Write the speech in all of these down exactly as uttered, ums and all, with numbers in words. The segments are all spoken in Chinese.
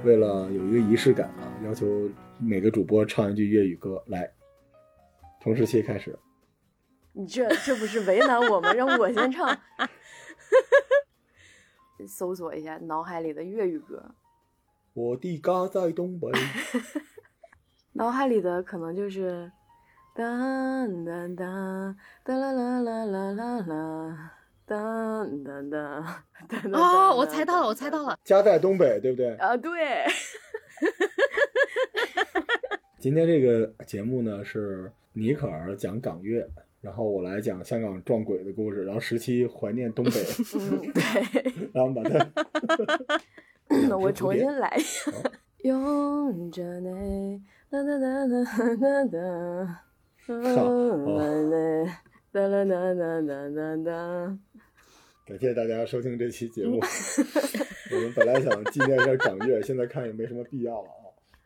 为了有一个仪式感啊，要求每个主播唱一句粤语歌。来，同时期开始。 你这这不是为难我们，让我先唱。搜索一下脑海里的粤语歌。 我的家在东北。 脑海里的可能就是当当当当啦啦啦啦啦啦当当当。 哦，我猜到了，我猜到了， 家在东北，对不对？ 啊，对。 今天这个节目呢是尼可儿讲港乐，然后我来讲香港撞鬼的故事，然后十七怀念东北。 嗯，对。 然后把它。 那我重新来一下。拥着你，哒哒哒哒哒哒。哒啦哒哒哒哒哒。 感谢大家收听这期节目。我们本来想纪念一下港乐，现在看也没什么必要了啊。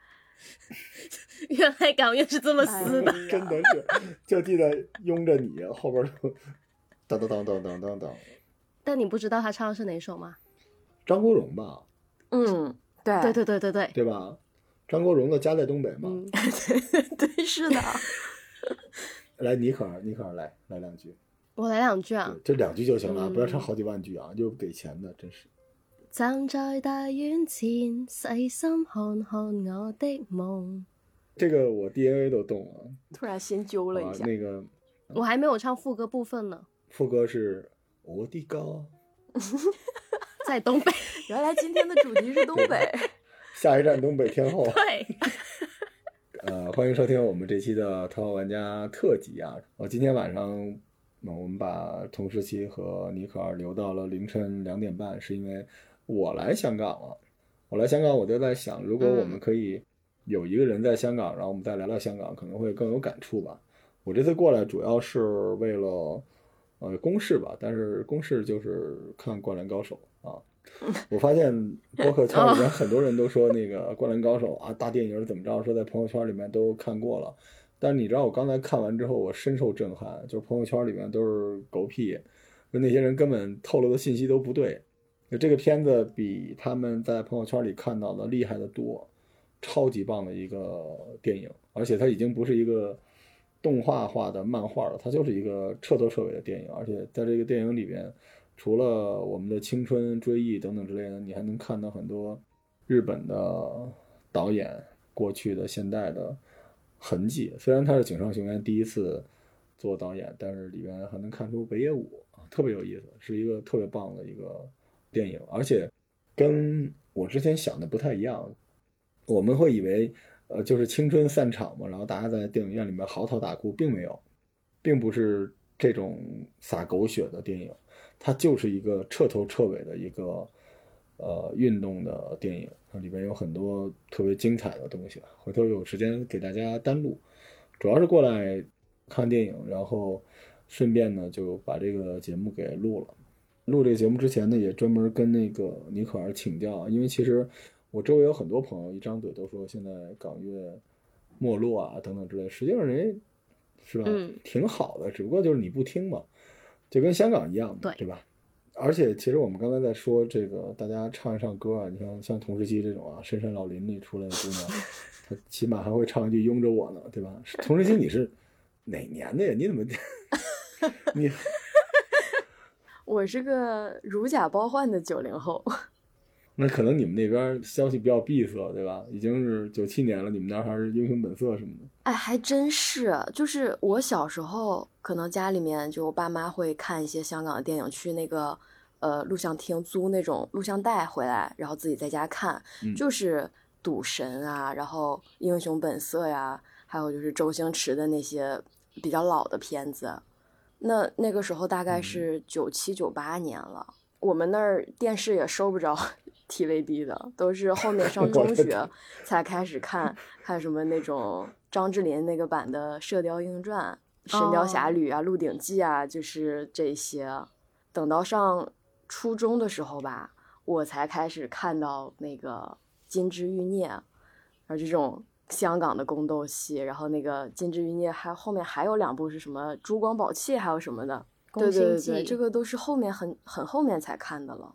原来港乐是这么撕的， 哎、 真的是，就记得拥着你，后边当当当当当当当。 但你不知道他唱的是哪首吗？ 张国荣吧？ 嗯，对对对对对对， 对吧？张国荣的《家在东北》嘛。 嗯，对对，是的。 来，尼可儿，尼可儿来来两句。 我来两句啊， 这两句就行了， 嗯、 不要唱好几万句啊，就给钱的，真是。 站在大院前，细心看看我的梦。 这个我 D N A 都动了， 突然心揪了一下。 啊、那个我还没有唱副歌部分呢。 副歌是我的家在东北。 原来今天的主题是东北。 下一站东北天后。 对。 呃，欢迎收听我们这期的《头号玩家》特辑啊！我今天晚上，我们把同时期和尼可儿留到了凌晨两点半，是因为我来香港了。我来香港，我就在想，如果我们可以有一个人在香港，然后我们再聊聊香港，可能会更有感触吧。我这次过来主要是为了呃公事吧，但是公事就是看《灌篮高手》啊。我发现播客圈里面很多人都说那个《灌篮高手》啊大电影怎么着，说在朋友圈里面都看过了。但你知道我刚才看完之后，我深受震撼，就是朋友圈里面都是狗屁，就那些人根本透露的信息都不对。这个片子比他们在朋友圈里看到的厉害的多，超级棒的一个电影，而且它已经不是一个动画化的漫画了，它就是一个彻头彻尾的电影。而且在这个电影里边，除了我们的青春追忆等等之类的，你还能看到很多日本的导演过去的现代的痕迹。虽然他是井上雄彦第一次做导演，但是里面还能看出北野武，特别有意思，是一个特别棒的一个电影。而且跟我之前想的不太一样，我们会以为呃就是青春散场嘛，然后大家在电影院里面嚎啕大哭，并没有，并不是这种洒狗血的电影，它就是一个彻头彻尾的一个呃运动的电影，它里边有很多特别精彩的东西，回头有时间给大家单录。主要是过来看电影，然后顺便呢就把这个节目给录了。录这个节目之前呢，也专门跟那个尼可儿请教，因为其实我周围有很多朋友一张嘴都说现在港乐没落啊等等之类，实际上人家是吧、嗯、挺好的，只不过就是你不听嘛，就跟香港一样， 对, 对吧？而且其实我们刚才在说这个大家唱一唱歌啊，你看像同时期这种啊深山老林里出来的姑娘，她起码还会唱一句拥着我呢，对吧？同时期你是哪年的呀？你怎么你我是个如假包换的九零后。 那可能你们那边消息比较闭塞，对吧？已经是九七年了，你们那还是英雄本色什么的。 哎，还真是，就是我小时候可能家里面就我爸妈会看一些香港的电影，去那个呃录像厅租那种录像带回来，然后自己在家看， 嗯、 就是赌神啊，然后英雄本色呀，还有就是周星驰的那些比较老的片子。那那个时候大概是九七九八年了、嗯，我们那儿电视也收不着 T V B 的，都是后面上中学才开始看看什么那种张智霖那个版的《射雕英雄传》《神雕侠侣》啊、《鹿鼎记》啊，就是这些。等到上初中的时候吧，我才开始看到那个《金枝欲孽》，然后这种香港的宫斗戏，然后那个《金枝欲孽》还后面还有两部是什么《珠光宝气》还有什么的。对对对对，这个都是后面很很后面才看的了。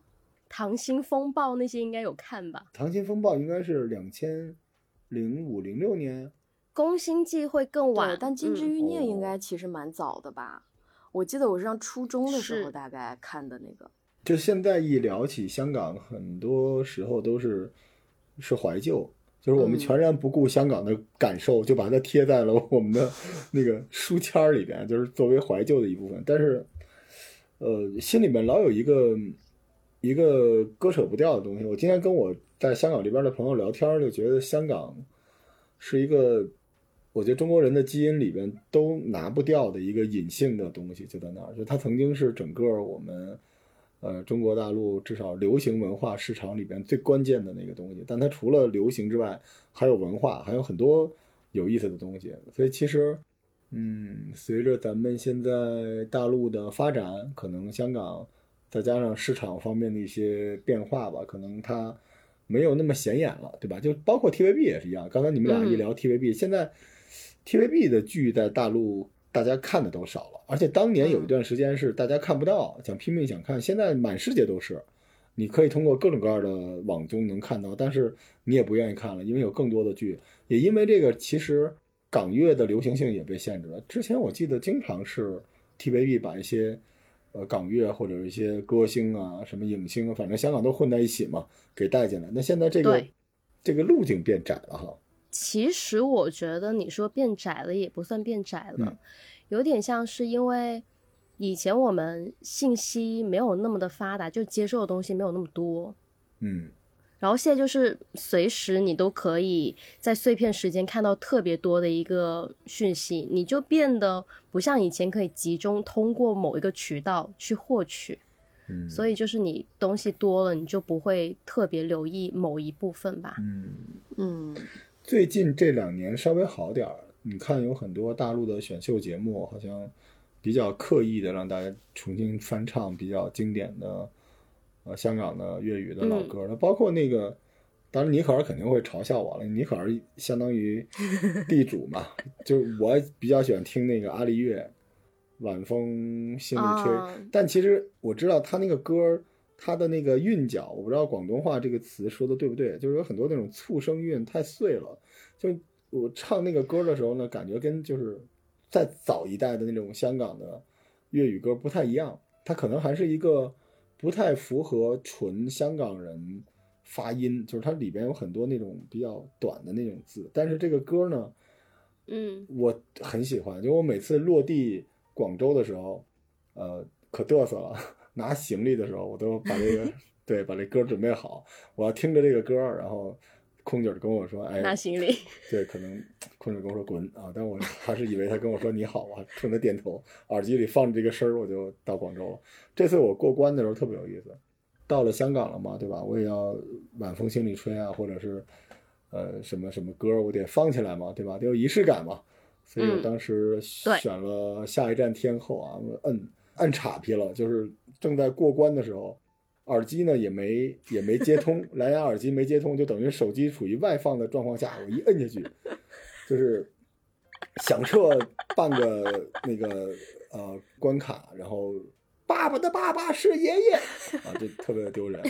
溏心风暴那些应该有看吧？ 溏心风暴应该是两千零五零六年， 宫心计会更晚， 对，但金枝欲孽嗯应该其实蛮早的吧？我记得我是上初中的时候是大概看的那个。 就现在一聊起香港，很多时候都是是怀旧，就是我们嗯全然不顾香港的感受，就把它贴在了我们的那个书签里边，就是作为怀旧的一部分。但是，呃，心里面老有一个一个割舍不掉的东西。我今天跟我在香港这边的朋友聊天，就觉得香港是一个，我觉得中国人的基因里边都拿不掉的一个隐性的东西，就在那儿。就它曾经是整个我们。呃，中国大陆至少流行文化市场里边最关键的那个东西，但它除了流行之外，还有文化，还有很多有意思的东西。所以其实，嗯，随着咱们现在大陆的发展，可能香港再加上市场方面的一些变化吧，可能它没有那么显眼了，对吧？就包括 T V B 也是一样。刚才你们俩一聊 T V B，、嗯、现在 T V B 的剧在大陆大家看的都少了。而且当年有一段时间是大家看不到，想拼命想看，现在满世界都是，你可以通过各种各样的网综能看到，但是你也不愿意看了，因为有更多的剧，也因为这个，其实港乐的流行性也被限制了。之前我记得经常是 T V B 把一些呃港乐或者一些歌星啊、什么影星啊，反正香港都混在一起嘛，给带进来。那现在这个这个路径变窄了哈。 其实我觉得你说变窄了也不算变窄了。嗯，有点像是因为以前我们信息没有那么的发达，就接受的东西没有那么多， 嗯， 然后现在就是随时你都可以在碎片时间看到特别多的一个讯息，你就变得不像以前可以集中通过某一个渠道去获取，嗯，所以就是你东西多了，你就不会特别留意某一部分吧。 嗯嗯， 最近这两年稍微好点儿。你看有很多大陆的选秀节目好像比较刻意的让大家重新翻唱比较经典的呃香港的粤语的老歌，那、嗯、包括那个当然尼克尔肯定会嘲笑我了，尼克尔相当于地主嘛就我比较喜欢听那个阿丽月晚风心里吹、哦、但其实我知道他那个歌他的那个韵脚，我不知道广东话这个词说的对不对，就是有很多那种促声韵太碎了，就我唱那个歌的时候呢，感觉跟就是再早一代的那种香港的粤语歌不太一样，它可能还是一个不太符合纯香港人发音，就是它里边有很多那种比较短的那种字，但是这个歌呢， 嗯， 我很喜欢，就我每次落地广州的时候，呃，可嘚瑟了，拿行李的时候，我都把这个对把这歌准备好，我要听着这个歌，然后。空姐跟我说：“哎， 拿行李。” 对，可能空姐跟我说滚啊，但我还是以为他跟我说你好啊，冲他点头，耳机里放着这个声儿，我就到广州了。这次我过关的时候特别有意思，到了香港了嘛，对吧？我也要晚风心里吹啊，或者是呃什么什么歌，我得放起来嘛，对吧？得有仪式感嘛。所以我当时选了下一站天后啊，我摁按岔劈了，就是正在过关的时候。耳机呢也没也没接通，蓝牙耳机没接通，就等于手机处于外放的状况下，我一摁下去，就是响彻半个那个呃关卡，然后爸爸的爸爸是爷爷啊，这特别丢人，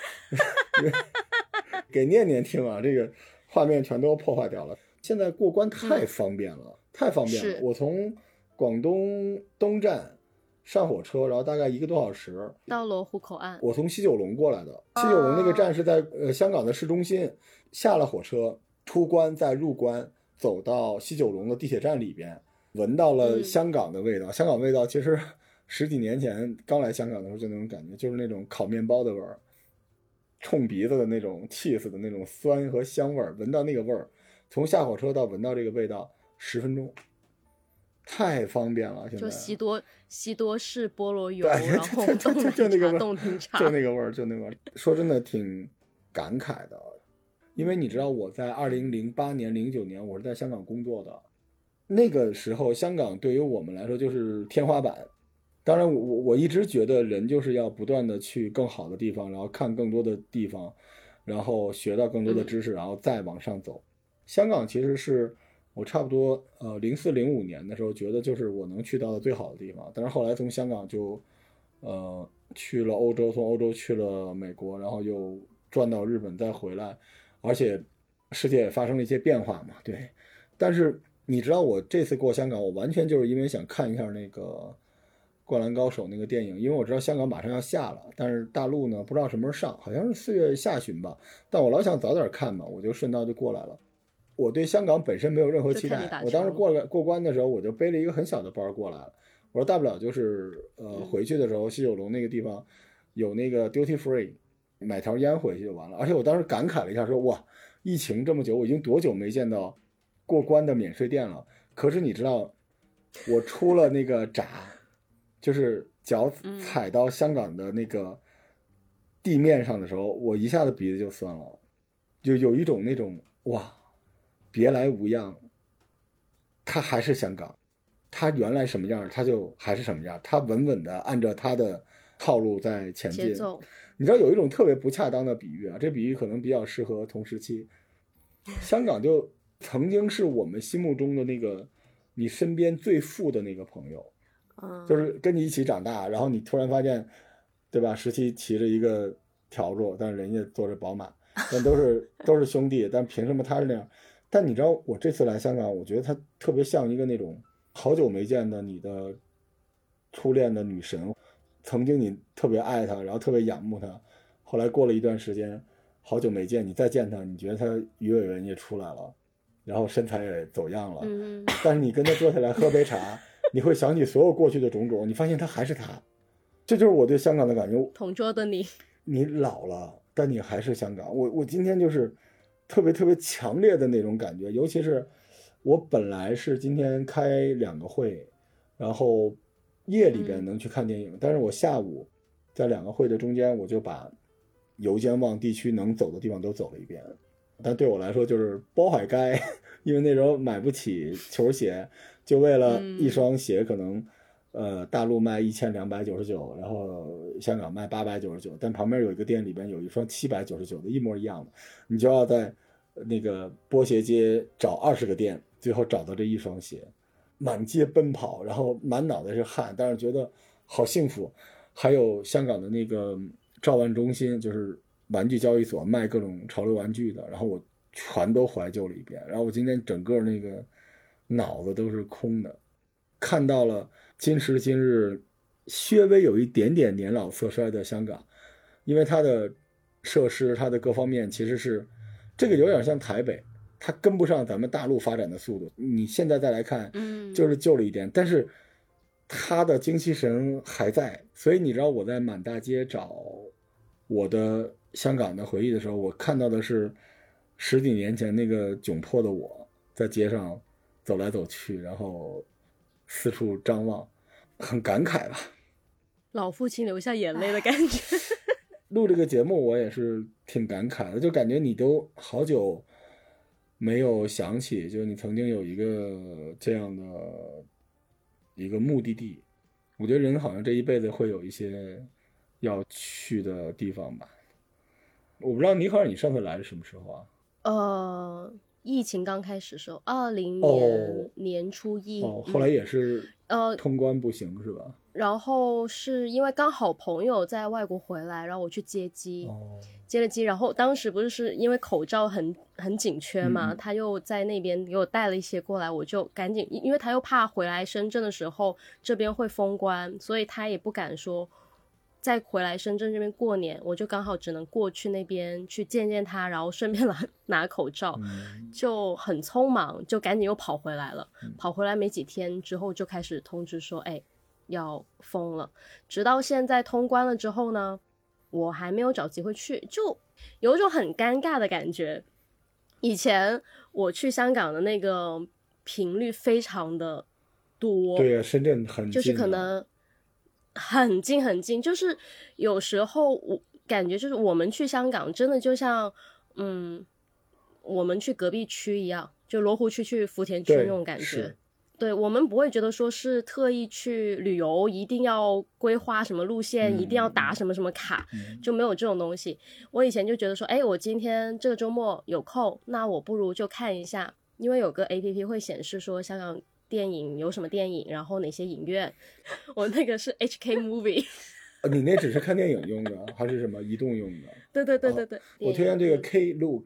给念念听啊，这个画面全都破坏掉了。现在过关太方便了，嗯、太方便了。我从广东东站。上火车，然后大概一个多小时到罗湖口岸。 我从西九龙过来的，西九龙那个站是在呃香港的市中心。下了火车，出关再入关，走到西九龙的地铁站里边，闻到了香港的味道。嗯、香港味道其实十几年前刚来香港的时候就那种感觉，就是那种烤面包的味儿，冲鼻子的那种气死的那种酸和香味儿，闻到那个味儿，从下火车到闻到这个味道十分钟。太方便了，现在就西多西多士菠萝油，然后冻柠茶、冻柠茶， 就那个味儿，就那个味儿。说真的，挺感慨的，因为你知道我在二零零八年、零九年，我是在香港工作的，那个时候香港对于我们来说就是天花板。当然我，我我一直觉得人就是要不断的去更好的地方，然后看更多的地方，然后学到更多的知识，然后再往上走。嗯、香港其实是。我差不多呃零四零五年的时候觉得就是我能去到的最好的地方，但是后来从香港就呃去了欧洲，从欧洲去了美国，然后又转到日本再回来，而且世界也发生了一些变化嘛，对。但是你知道我这次过香港，我完全就是因为想看一下那个灌篮高手那个电影，因为我知道香港马上要下了，但是大陆呢不知道什么时候上，好像是四月下旬吧，但我老想早点看嘛，我就顺道就过来了。我对香港本身没有任何期待，我当时过来过关的时候，我就背了一个很小的包过来了，我说大不了就是呃回去的时候西九龙那个地方有那个 duty free， 买条烟回去就完了。而且我当时感慨了一下说，哇，疫情这么久，我已经多久没见到过关的免税店了。可是你知道我出了那个闸，就是脚踩到香港的那个地面上的时候，我一下子鼻子就酸了，就有一种那种哇，别来无恙，它还是香港，它原来什么样它就还是什么样，它稳稳的按照它的套路在前进。你知道有一种特别不恰当的比喻啊，这比喻可能比较适合同时期。香港就曾经是我们心目中的那个你身边最富的那个朋友，就是跟你一起长大，然后你突然发现，对吧？十七骑着一个笤帚，但是人家坐着宝马，但都是都是兄弟，但凭什么他是那样？但你知道我这次来香港，我觉得他特别像一个那种好久没见的你的初恋的女神，曾经你特别爱她，然后特别仰慕她，后来过了一段时间，好久没见，你再见她，你觉得她鱼尾纹也出来了，然后身材也走样了，嗯，但是你跟她坐下来喝杯茶，你会想起所有过去的种种，你发现她还是她。这就是我对香港的感觉。 同桌的你， 你老了，但你还是香港。我我今天就是特别特别强烈的那种感觉，尤其是我本来是今天开两个会，然后夜里边能去看电影，嗯，但是我下午在两个会的中间，我就把油尖旺地区能走的地方都走了一遍。但对我来说就是包海街，因为那时候买不起球鞋，就为了一双鞋可能。呃，大陆卖一千两百九十九，然后香港卖八百九十九，但旁边有一个店里边有一双七百九十九的，一模一样的，你就要在那个波鞋街找二十个店，最后找到这一双鞋，满街奔跑，然后满脑袋是汗，但是觉得好幸福。还有香港的那个兆万中心，就是玩具交易所，卖各种潮流玩具的，然后我全都怀旧了一遍，然后我今天整个那个脑子都是空的，看到了今时今日略微有一点点年老色衰的香港，因为它的设施它的各方面其实是这个有点像台北，它跟不上咱们大陆发展的速度，你现在再来看就是旧了一点，但是它的精气神还在。所以你知道我在满大街找我的香港的回忆的时候，我看到的是十几年前那个窘迫的我在街上走来走去，然后四处张望，很感慨吧， 老父亲流下眼泪的感觉。 录这个节目我也是挺感慨的，就感觉你都好久没有想起，就你曾经有一个这样的一个目的地。我觉得人好像这一辈子会有一些要去的地方吧。我不知道尼克尔你上次来是什么时候啊？ 呃疫情刚开始的时候，二零年年初一， 哦，后来也是呃通关不行，是吧？ 然后是因为刚好朋友在外国回来，然后我去接机，哦、接了机，然后当时不是是因为口罩很很紧缺嘛、嗯，他又在那边给我带了一些过来，我就赶紧，因为他又怕回来深圳的时候这边会封关，所以他也不敢说再回来深圳这边过年，我就刚好只能过去那边去见见他，然后顺便拿拿口罩、嗯，就很匆忙，就赶紧又跑回来了、嗯。跑回来没几天之后就开始通知说，哎，要封了。直到现在通关了之后呢，我还没有找机会去，就有一种很尴尬的感觉。以前我去香港的那个频率非常的多， 对啊，深圳很近， 就是可能。很近很近，就是有时候我感觉就是我们去香港真的就像嗯我们去隔壁区一样，就罗湖区去福田区那种感觉。对，我们不会觉得说是特意去旅游一定要规划什么路线、嗯、一定要打什么什么卡、嗯、就没有这种东西。我以前就觉得说哎，我今天这个周末有空，那我不如就看一下，因为有个 A P P 会显示说香港电影有什么电影，然后哪些影院，我那个是 H K Movie 呃你那只是看电影用的还是什么移动用的？ 对对对对对、 哦、我推荐这个 Klook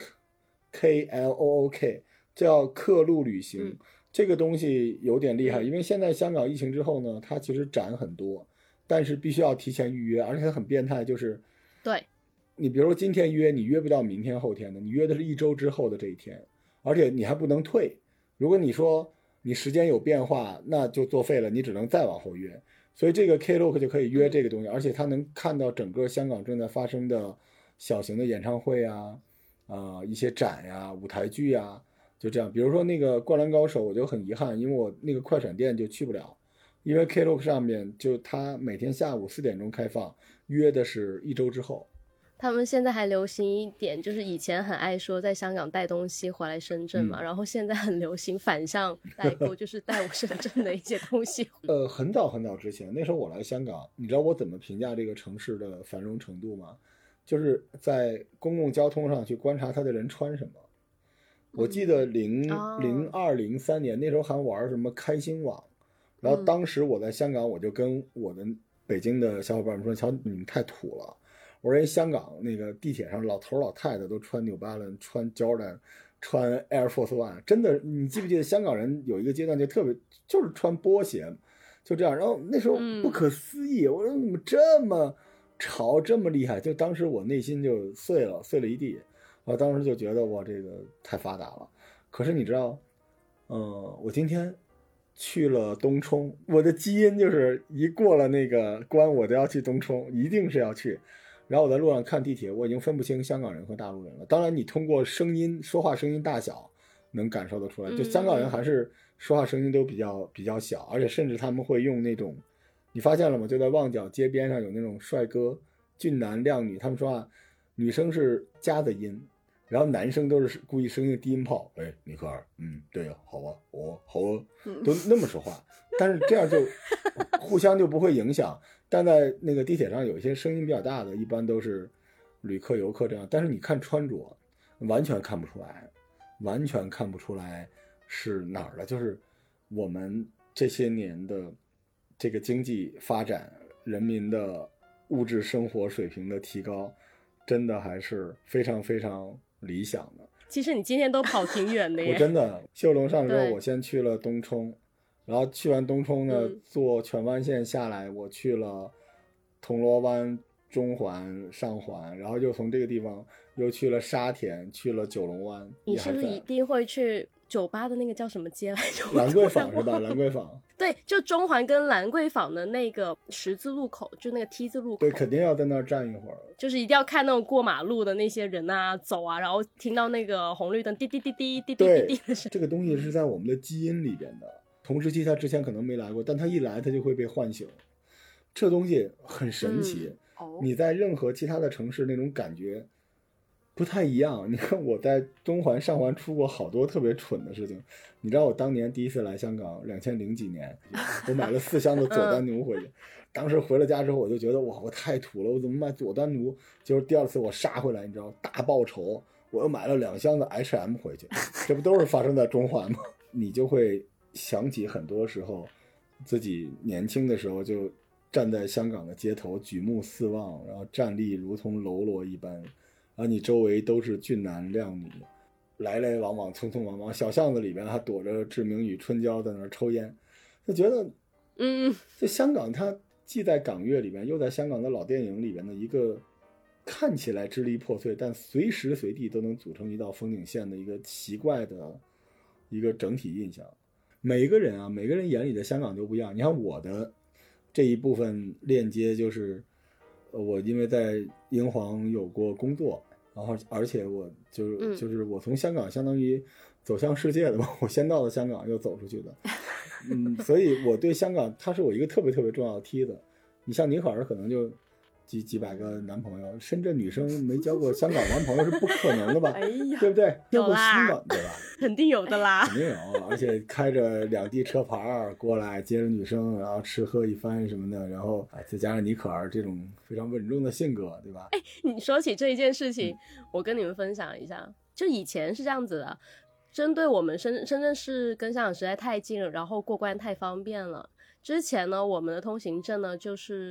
K L O O K 叫客路旅行、嗯、这个东西有点厉害，因为现在香港疫情之后呢，它其实展很多，但是必须要提前预约，而且它很变态，就是对你比如说今天约，你约不到明天后天的，你约的是一周之后的这一天，而且你还不能退，如果你说你时间有变化，那就作废了，你只能再往后约。所以这个 Klook 就可以约这个东西，而且它能看到整个香港正在发生的小型的演唱会啊，啊、呃、一些展呀、舞台剧呀，就这样。比如说那个灌篮高手，我就很遗憾，因为我那个快闪店就去不了，因为 Klook 上面就它每天下午四点钟开放，约的是一周之后。 他们现在还流行一点，就是以前很爱说在香港带东西回来深圳嘛、嗯、然后现在很流行反向代购，就是带我深圳的一些东西呃，很早很早之前，那时候我来香港，你知道我怎么评价这个城市的繁荣程度吗？就是在公共交通上去观察它的人穿什么。我记得零零二零三年那时候还玩什么开心网，然后当时我在香港，我就跟我的北京的小伙伴们说，瞧你们太土了，我说人香港那个地铁上老头老太太都穿 New Balance 穿 Jordan 穿 Air Force One， 真的你记不记得香港人有一个阶段就特别就是穿波鞋就这样，然后那时候不可思议、嗯、我说怎么这么潮这么厉害，就当时我内心就碎了碎了一地，我当时就觉得哇这个太发达了。可是你知道呃，我今天去了东冲，我的基因就是一过了那个关我都要去东冲，一定是要去。然后我在路上看地铁，我已经分不清香港人和大陆人了。当然你通过声音说话声音大小能感受得出来，就香港人还是说话声音都比较比较小，而且甚至他们会用那种，你发现了吗？就在旺角街边上有那种帅哥俊男靓女，他们说话女生是夹的音，然后男生都是故意声音低音炮，哎，尼克尔，嗯，对呀，好啊，哦，好啊，都那么说话，但是这样就互相就不会影响。但在那个地铁上有一些声音比较大的，一般都是旅客游客这样，但是你看穿着完全看不出来，完全看不出来是哪儿的，就是我们这些年的这个经济发展，人民的物质生活水平的提高，真的还是非常非常理想的。 其实你今天都跑挺远的耶。 我真的秀龙上之后，我先去了东冲，然后去完东冲呢、嗯、坐荃湾线下来，我去了铜锣湾、中环、上环，然后又从这个地方又去了沙田，去了九龙湾。 你是不是一定会去酒吧的那个叫什么街来着？ 兰桂坊是吧？兰桂坊。 对，就中环跟兰桂坊的那个十字路口，就那个 T 字路口。 对，肯定要在那儿站一会儿。 就是一定要看那种过马路的那些人啊走啊，然后听到那个红绿灯滴滴滴滴滴滴滴滴的声音。 这个东西是在我们的基因里边的。同时期他之前可能没来过，但他一来他就会被唤醒。这东西很神奇、嗯哦、你在任何其他的城市那种感觉不太一样。你看我在东环上环出过好多特别蠢的事情。你知道我当年第一次来香港两千零几年，我买了四箱的佐丹奴回去、嗯、当时回了家之后我就觉得哇我太土了，我怎么买佐丹奴，结果第二次我杀回来，你知道大报仇，我又买了两箱的 H and M 回去，这不都是发生在中环吗？你就会想起很多时候自己年轻的时候就站在香港的街头举目四望，然后站立如同喽啰一般，然后你周围都是俊男靓女，来来往往匆匆忙忙，小巷子里边还躲着志明与春娇在那儿抽烟，就觉得嗯，就香港它既在港乐里边又在香港的老电影里边的一个看起来支离破碎但随时随地都能组成一道风景线的一个奇怪的一个整体印象。每个人啊每个人眼里的香港都不一样。你看我的这一部分链接就是我因为在英皇有过工作，然后而且我就、嗯、就是我从香港相当于走向世界的吧，我先到了香港又走出去的嗯，所以我对香港它是我一个特别特别重要的梯子。你像尼可儿可能就几几百个男朋友，深圳女生没交过香港男朋友是不可能的吧？哎呀，对不对？交过香港对吧？ 肯定有的啦， 肯定有，而且开着两地车牌过来接着女生，然后吃喝一番什么的，然后啊再加上尼可儿这种非常稳重的性格，对吧？ 哎，你说起这一件事情、嗯，我跟你们分享一下，就以前是这样子的，针对我们深深圳市跟香港实在太近了，然后过关太方便了。之前呢，我们的通行证呢就是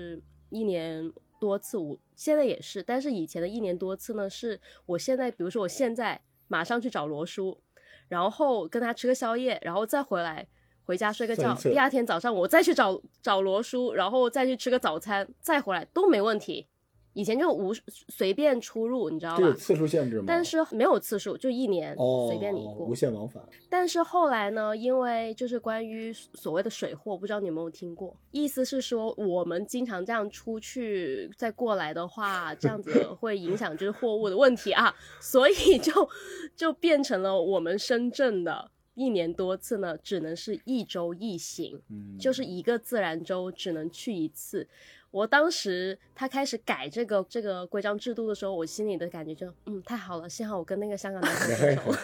一年多次，我现在也是，但是以前的一年多次呢，是我现在比如说我现在马上去找罗叔，然后跟他吃个宵夜，然后再回来回家睡个觉，第二天早上我再去找找罗叔，然后再去吃个早餐，再回来都没问题。以前就无随便出入，你知道吧？ 这有次数限制吗？ 但是没有次数，就一年、哦、随便你过， 无限往返。 但是后来呢，因为就是关于所谓的水货，不知道你有没有听过？意思是说，我们经常这样出去再过来的话，这样子会影响就是货物的问题啊，所以就就变成了我们深圳的。一年多次呢，只能是一周一行、嗯、就是一个自然周只能去一次。我当时他开始改这个这个规章制度的时候，我心里的感觉就嗯太好了，幸好我跟那个香港男朋友分手了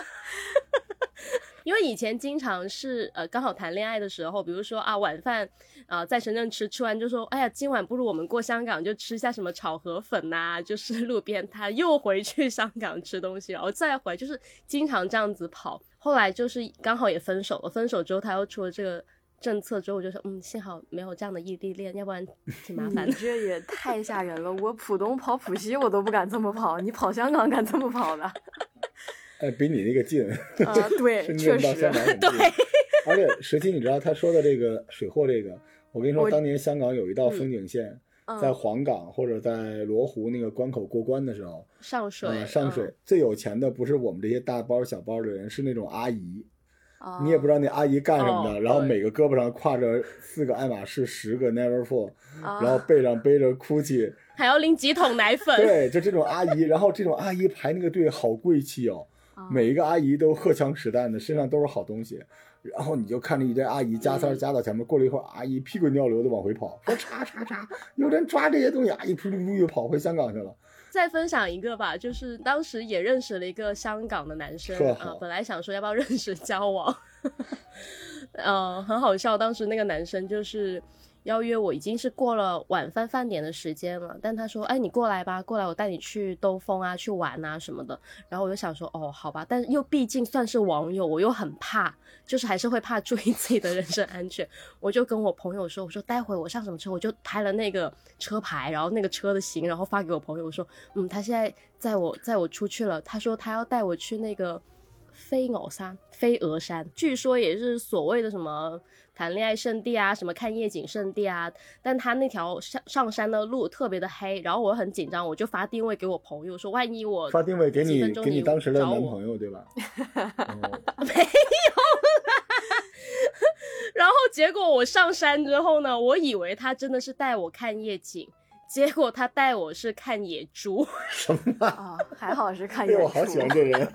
因为以前经常是呃刚好谈恋爱的时候，比如说啊晚饭啊、呃、在深圳吃，吃完就说哎呀今晚不如我们过香港就吃下什么炒河粉啊，就是路边摊，又回去香港吃东西，然后再回，就是经常这样子跑。后来就是刚好也分手了，分手之后他又出了这个政策之后，我就说嗯幸好没有这样的异地恋，要不然挺麻烦的。 你这也太吓人了，我浦东跑浦西我都不敢这么跑，你跑香港敢这么跑的？ 哎，比你那个近啊、呃，对，确实， 对。 而且石七，你知道他说的这个水货这个，我跟你说，当年香港有一道风景线，嗯、在黄港或者在罗湖那个关口过关的时候， 上水， 呃、上水、嗯、最有钱的不是我们这些大包小包的人，是那种阿姨。哦、你也不知道那阿姨干什么的，哦、然后每个胳膊上挎着四个爱马仕，十个 Neverfull，、哦、然后背上背着 Gucci， 还要拎几桶奶粉。 对，就这种阿姨，然后这种阿姨排那个队好贵气哦。每一个阿姨都荷枪实弹的，身上都是好东西，然后你就看着一堆阿姨加塞加到前面、嗯、过了一会儿，阿姨屁滚尿流的往回跑，说叉叉叉，有人抓这些东西，阿姨噗噜噜又跑回香港去了。 再分享一个吧，就是当时也认识了一个香港的男生啊、呃，本来想说要不要认识交往呃，很好笑，当时那个男生就是邀约我，已经是过了晚饭饭点的时间了，但他说哎你过来吧，过来我带你去兜风啊，去玩啊什么的。然后我就想说哦好吧，但是又毕竟算是网友，我又很怕，就是还是会怕注意自己的人身安全。我就跟我朋友说，我说待会我上什么车，我就拍了那个车牌，然后那个车的型，然后发给我朋友，我说嗯他现在载我载我出去了，他说他要带我去那个飞鹅山飞鹅山，据说也是所谓的什么谈恋爱圣地啊，什么看夜景圣地啊，但他那条上上山的路特别的黑，然后我很紧张，我就发定位给我朋友说万一我发定位给你给你当时的男朋友对吧、 哦、没有啦然后结果我上山之后呢，我以为他真的是带我看夜景，结果他带我是看野猪。 什么啊、哦？还好是看野猪。 我好喜欢这人。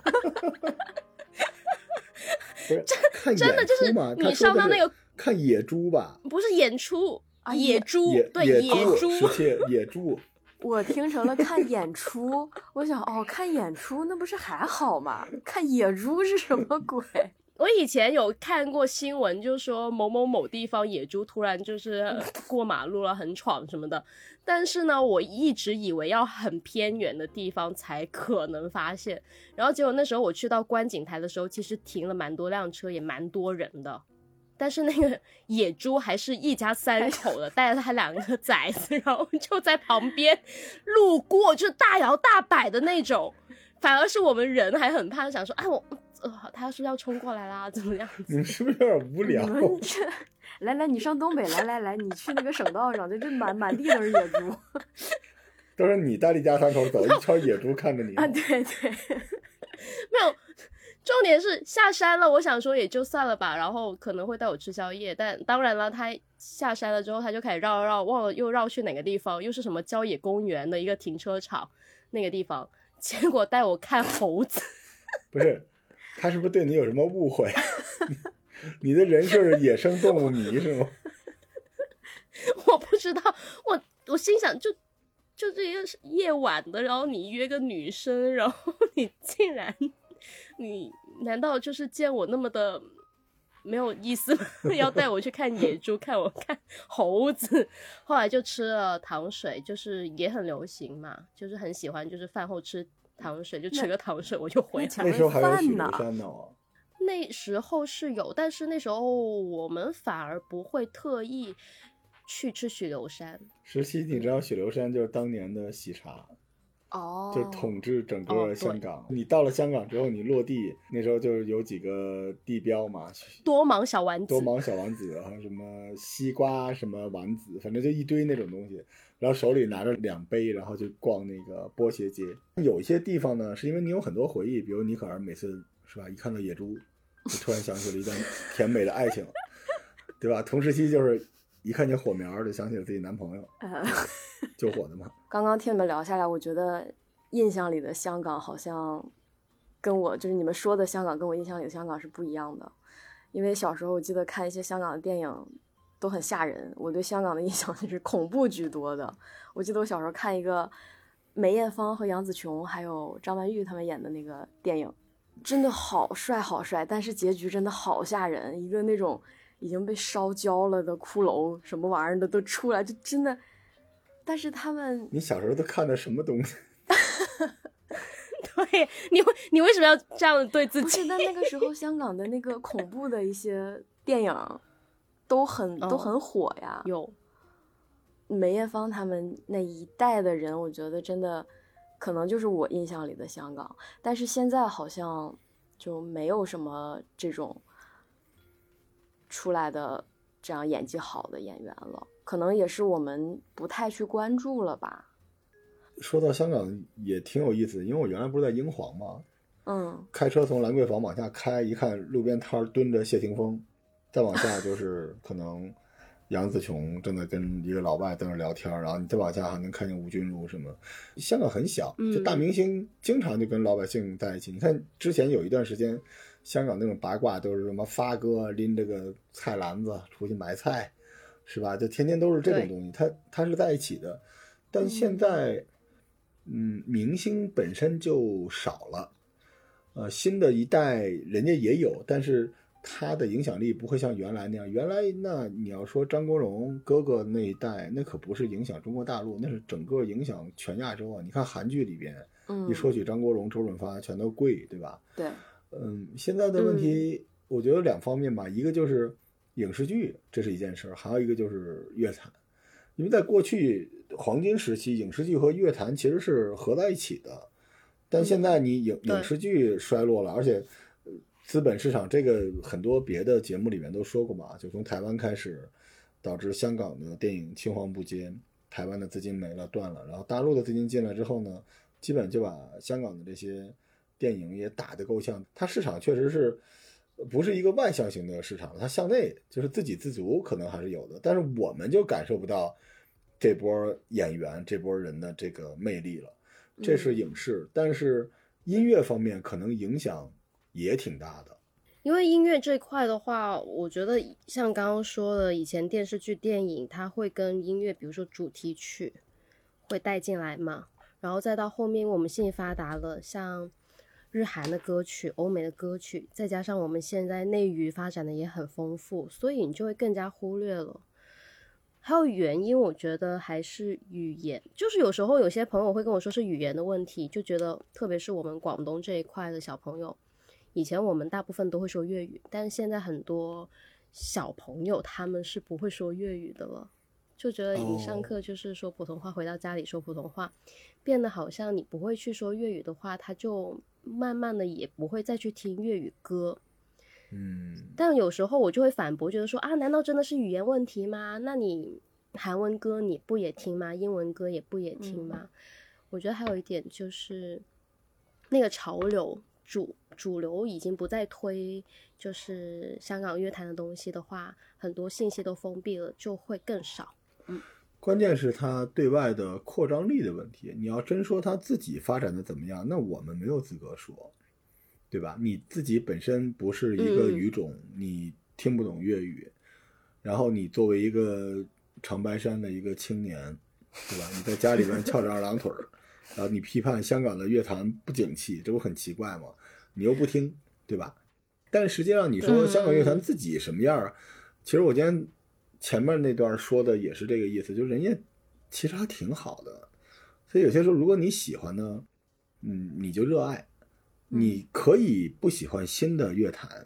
不是看真的就是你上到那个看野猪吧？ 不是演出啊， 野猪野对野猪， 野猪。 我听成了看演出，我想哦，看演出那不是还好吗？看野猪是什么鬼？ 我以前有看过新闻，就说某某某地方野猪突然就是过马路了，很闯什么的。但是呢，我一直以为要很偏远的地方才可能发现。然后结果那时候我去到观景台的时候，其实停了蛮多辆车，也蛮多人的。但是那个野猪还是一家三口的，带着他两个崽子，然后就在旁边路过，就是大摇大摆的那种。反而是我们人还很怕，想说哎我。呃，他是不是要冲过来啦？怎么样子？ 你是不是有点无聊？ 来来，你上东北，来来来，你去那个省道上，这这满满地都是野猪， 都是你带着一家三口走，一圈野猪看着你啊！对对， 没有，重点是下山了，我想说也就算了吧，然后可能会带我吃宵夜，但当然了，他下山了之后，他就开始绕绕，忘了又绕去哪个地方，又是什么郊野公园的一个停车场那个地方，结果带我看猴子， 不是。他是不是对你有什么误会？你的人设是野生动物迷是吗？ 我不知道，我我心想就就这个夜晚的，然后你约个女生，然后你竟然你难道就是见我那么的没有意思吗？要带我去看野猪，看我看猴子。后来就吃了糖水，就是也很流行嘛，就是很喜欢，就是饭后吃糖水，就吃个糖水我就回来。 那时候还有许留山呢、啊、 那时候是有，但是那时候我们反而不会特意去吃许留山。 十七，你知道许留山就是当年的喜茶。 哦， 就是统治整个香港、哦、你到了香港之后，你落地那时候就是有几个地标嘛， 多芒小丸子多芒小丸子还有什么西瓜什么丸子，反正就一堆那种东西，然后手里拿着两杯，然后就逛那个波鞋街。有一些地方呢是因为你有很多回忆，比如尼可儿每次是吧一看到野猪就突然想起了一段甜美的爱情对吧，同时期就是一看见火苗就想起了自己男朋友救火的嘛。 刚刚听你们聊下来，我觉得印象里的香港好像跟我就是你们说的香港跟我印象里的香港是不一样的。因为小时候我记得看一些香港的电影都很吓人，我对香港的印象就是恐怖居多的。我记得我小时候看一个梅艳芳和杨紫琼还有张曼玉他们演的那个电影，真的好帅好帅，但是结局真的好吓人，一个那种已经被烧焦了的骷髅什么玩意儿的都出来，就真的。但是他们， 你小时候都看的什么东西对，你你为什么要这样对自己？ 不是，但那个时候香港的那个恐怖的一些电影都很、哦、都很火呀。 有梅艳芳他们那一代的人，我觉得真的可能就是我印象里的香港。但是现在好像就没有什么这种出来的这样演技好的演员了，可能也是我们不太去关注了吧。 说到香港也挺有意思，因为我原来不是在英皇嘛， 嗯， 开车从兰桂坊往下开，一看路边摊蹲着谢霆锋，再往下就是可能杨紫琼正在跟一个老外在那聊天，然后你再往下还能看见吴君如什么。香港很小，就大明星经常就跟老百姓在一起、嗯、你看之前有一段时间香港那种八卦都是什么发哥拎这个菜篮子出去买菜是吧，就天天都是这种东西，他他是在一起的。但现在嗯，明星本身就少了，呃，新的一代人家也有，但是他的影响力不会像原来那样。原来那你要说张国荣哥哥那一代，那可不是影响中国大陆，那是整个影响全亚洲啊。你看韩剧里边，嗯，一说起张国荣、周润发，全都跪，对吧？ 对， 嗯，现在的问题，我觉得两方面吧，一个就是影视剧，这是一件事，还有一个就是乐坛。因为在过去黄金时期，影视剧和乐坛其实是合在一起的，但现在你影影视剧衰落了，而且资本市场这个很多别的节目里面都说过嘛，就从台湾开始导致香港的电影青黄不接，台湾的资金没了断了，然后大陆的资金进来之后呢，基本就把香港的这些电影也打得够呛。它市场确实是不是一个外向型的市场，它向内就是自给自足可能还是有的，但是我们就感受不到这波演员这波人的这个魅力了。这是影视、嗯、但是音乐方面可能影响也挺大的。 因为音乐这一块的话，我觉得像刚刚说的，以前电视剧电影它会跟音乐比如说主题曲会带进来嘛，然后再到后面我们信息发达了，像日韩的歌曲、欧美的歌曲，再加上我们现在内娱发展的也很丰富，所以你就会更加忽略了。还有原因我觉得还是语言，就是有时候有些朋友会跟我说是语言的问题，就觉得特别是我们广东这一块的小朋友，以前我们大部分都会说粤语，但是现在很多小朋友他们是不会说粤语的了，就觉得你上课就是说普通话，回到家里说普通话，变得好像你不会去说粤语的话，他就慢慢的也不会再去听粤语歌。 嗯， 但有时候我就会反驳，觉得说啊，难道真的是语言问题吗？那你韩文歌你不也听吗？英文歌也不也听吗？嗯、我觉得还有一点就是那个潮流主主流已经不再推就是香港乐坛的东西的话，很多信息都封闭了，就会更少。嗯， 关键是他对外的扩张力的问题。你要真说他自己发展的怎么样，那我们没有资格说。对吧？你自己本身不是一个语种、嗯、你听不懂粤语，然后你作为一个长白山的一个青年，对吧？你在家里边翘着二郎腿然后你批判香港的乐坛不景气，这不很奇怪吗？你又不听，对吧？但实际上你说香港乐坛自己什么样、嗯、其实我今天前面那段说的也是这个意思，就是人家其实还挺好的。所以有些时候如果你喜欢呢，嗯，你就热爱，你可以不喜欢新的乐坛，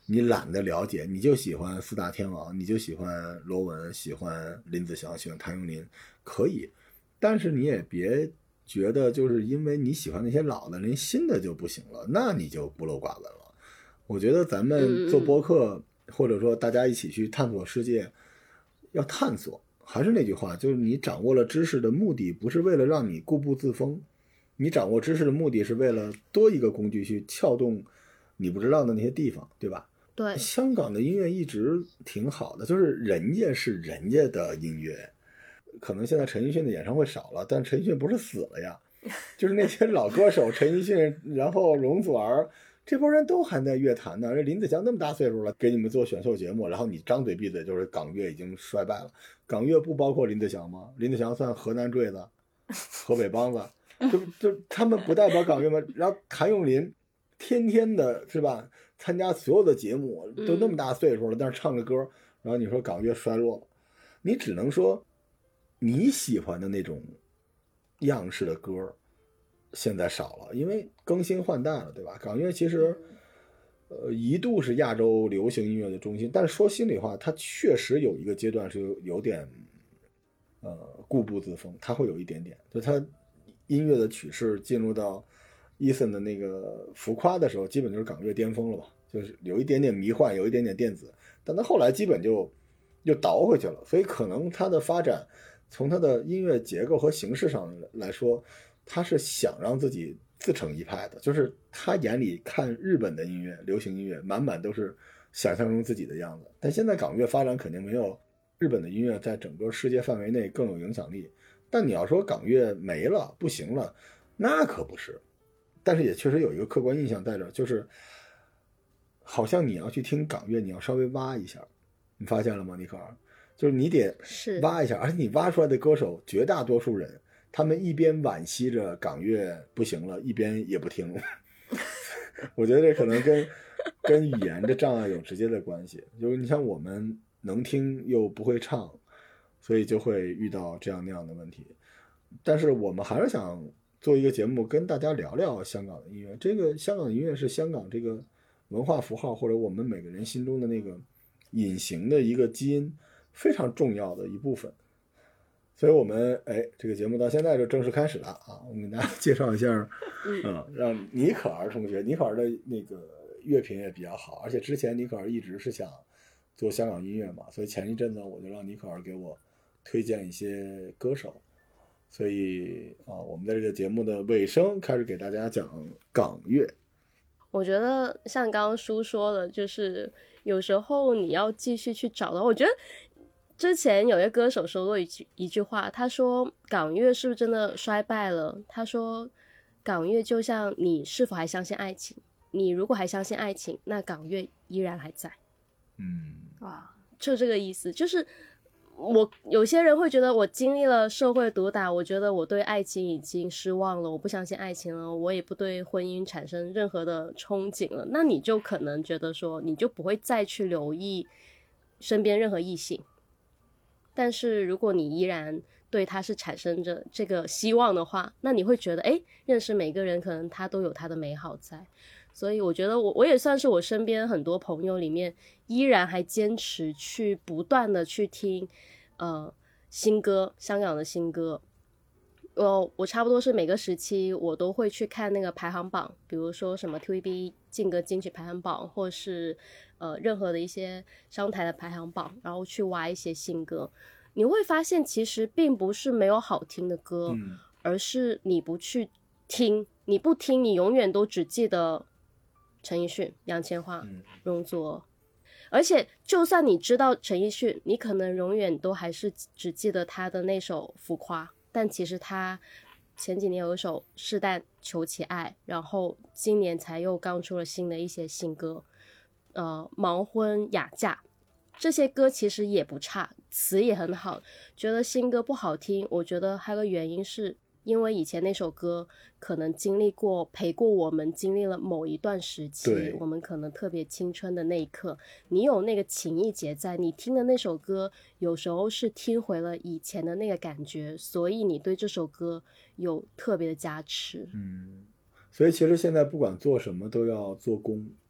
你懒得了解，你就喜欢四大天王，你就喜欢罗文，喜欢林子祥，喜欢谭咏麟，可以，但是你也别觉得就是因为你喜欢那些老的，连新的就不行了，那你就孤陋寡闻了。我觉得咱们做播客，或者说大家一起去探索世界，要探索。还是那句话，就是你掌握了知识的目的，不是为了让你固步自封，你掌握知识的目的是为了多一个工具去撬动你不知道的那些地方，对吧？ 对， 香港的音乐一直挺好的，就是人家是人家的音乐，可能现在陈奕迅的演唱会少了，但陈奕迅不是死了呀，就是那些老歌手，陈奕迅，然后容祖儿，这波人都还在乐坛呢。林子祥那么大岁数了，给你们做选秀节目，然后你张嘴闭嘴就是港乐已经衰败了。港乐不包括林子祥吗？林子祥算河南坠子，河北梆子，就就他们不代表港乐吗？然后谭咏麟天天的是吧，参加所有的节目，都那么大岁数了，但是唱着歌，然后你说港乐衰落了，你只能说你喜欢的那种样式的歌现在少了，因为更新换代了，对吧？港乐其实呃一度是亚洲流行音乐的中心，但是说心里话，它确实有一个阶段是有有点呃固步自封，它会有一点点，就它音乐的曲式进入到Eason的那个浮夸的时候，基本就是港乐巅峰了吧，就是有一点点迷幻，有一点点电子，但它后来基本就又倒回去了，所以可能它的发展从它的音乐结构和形式上来说，他是想让自己自成一派的，就是他眼里看日本的音乐，流行音乐满满都是想象中自己的样子，但现在港乐发展肯定没有日本的音乐在整个世界范围内更有影响力，但你要说港乐没了不行了，那可不是，但是也确实有一个客观印象在这儿，就是好像你要去听港乐，你要稍微挖一下，你发现了吗，尼克尔？就是你得挖一下，而且你挖出来的歌手绝大多数人他们一边惋惜着港乐不行了，一边也不听我觉得这可能跟跟语言的障碍有直接的关系，就是你像我们能听又不会唱，所以就会遇到这样那样的问题，但是我们还是想做一个节目跟大家聊聊香港的音乐，这个香港的音乐是香港这个文化符号或者我们每个人心中的那个隐形的一个基因非常重要的一部分，所以我们哎，这个节目到现在就正式开始了啊！我们给大家介绍一下，嗯，让尼可儿同学，尼可儿的那个乐评也比较好，而且之前尼可儿一直是想做香港音乐嘛，所以前一阵子我就让尼可儿给我推荐一些歌手，所以啊，我们在这个节目的尾声开始给大家讲港乐。 我觉得像刚刚叔说的，就是有时候你要继续去找到，我觉得之前有一个歌手说过一句一句话，他说港乐是不是真的衰败了？他说港乐就像你是否还相信爱情，你如果还相信爱情，那港乐依然还在。 嗯， 哇， 就这个意思，就是我有些人会觉得我经历了社会毒打，我觉得我对爱情已经失望了，我不相信爱情了，我也不对婚姻产生任何的憧憬了，那你就可能觉得说你就不会再去留意身边任何异性，但是如果你依然对他是产生着这个希望的话，那你会觉得诶，认识每个人可能他都有他的美好在，所以我觉得我我也算是我身边很多朋友里面依然还坚持去不断的去听呃新歌，香港的新歌。我我差不多是每个时期我都会去看那个排行榜，比如说什么 T V B 劲歌金曲排行榜，或是呃任何的一些商台的排行榜，然后去挖一些新歌。你会发现其实并不是没有好听的歌、嗯、而是你不去听，你不听你永远都只记得陈奕迅、杨千嬅、容祖儿，而且就算你知道陈奕迅，你可能永远都还是只记得他的那首浮夸，但其实他前几年有一首《试但求其爱》，然后今年才又刚出了新的一些新歌，呃，盲婚哑嫁，这些歌其实也不差，词也很好。觉得新歌不好听，我觉得还有个原因是因为以前那首歌可能经历过陪过我们经历了某一段时期，我们可能特别青春的那一刻，你有那个情意结在，你听的那首歌有时候是听回了以前的那个感觉，所以你对这首歌有特别的加持。 嗯，所以其实现在不管做什么都要做功，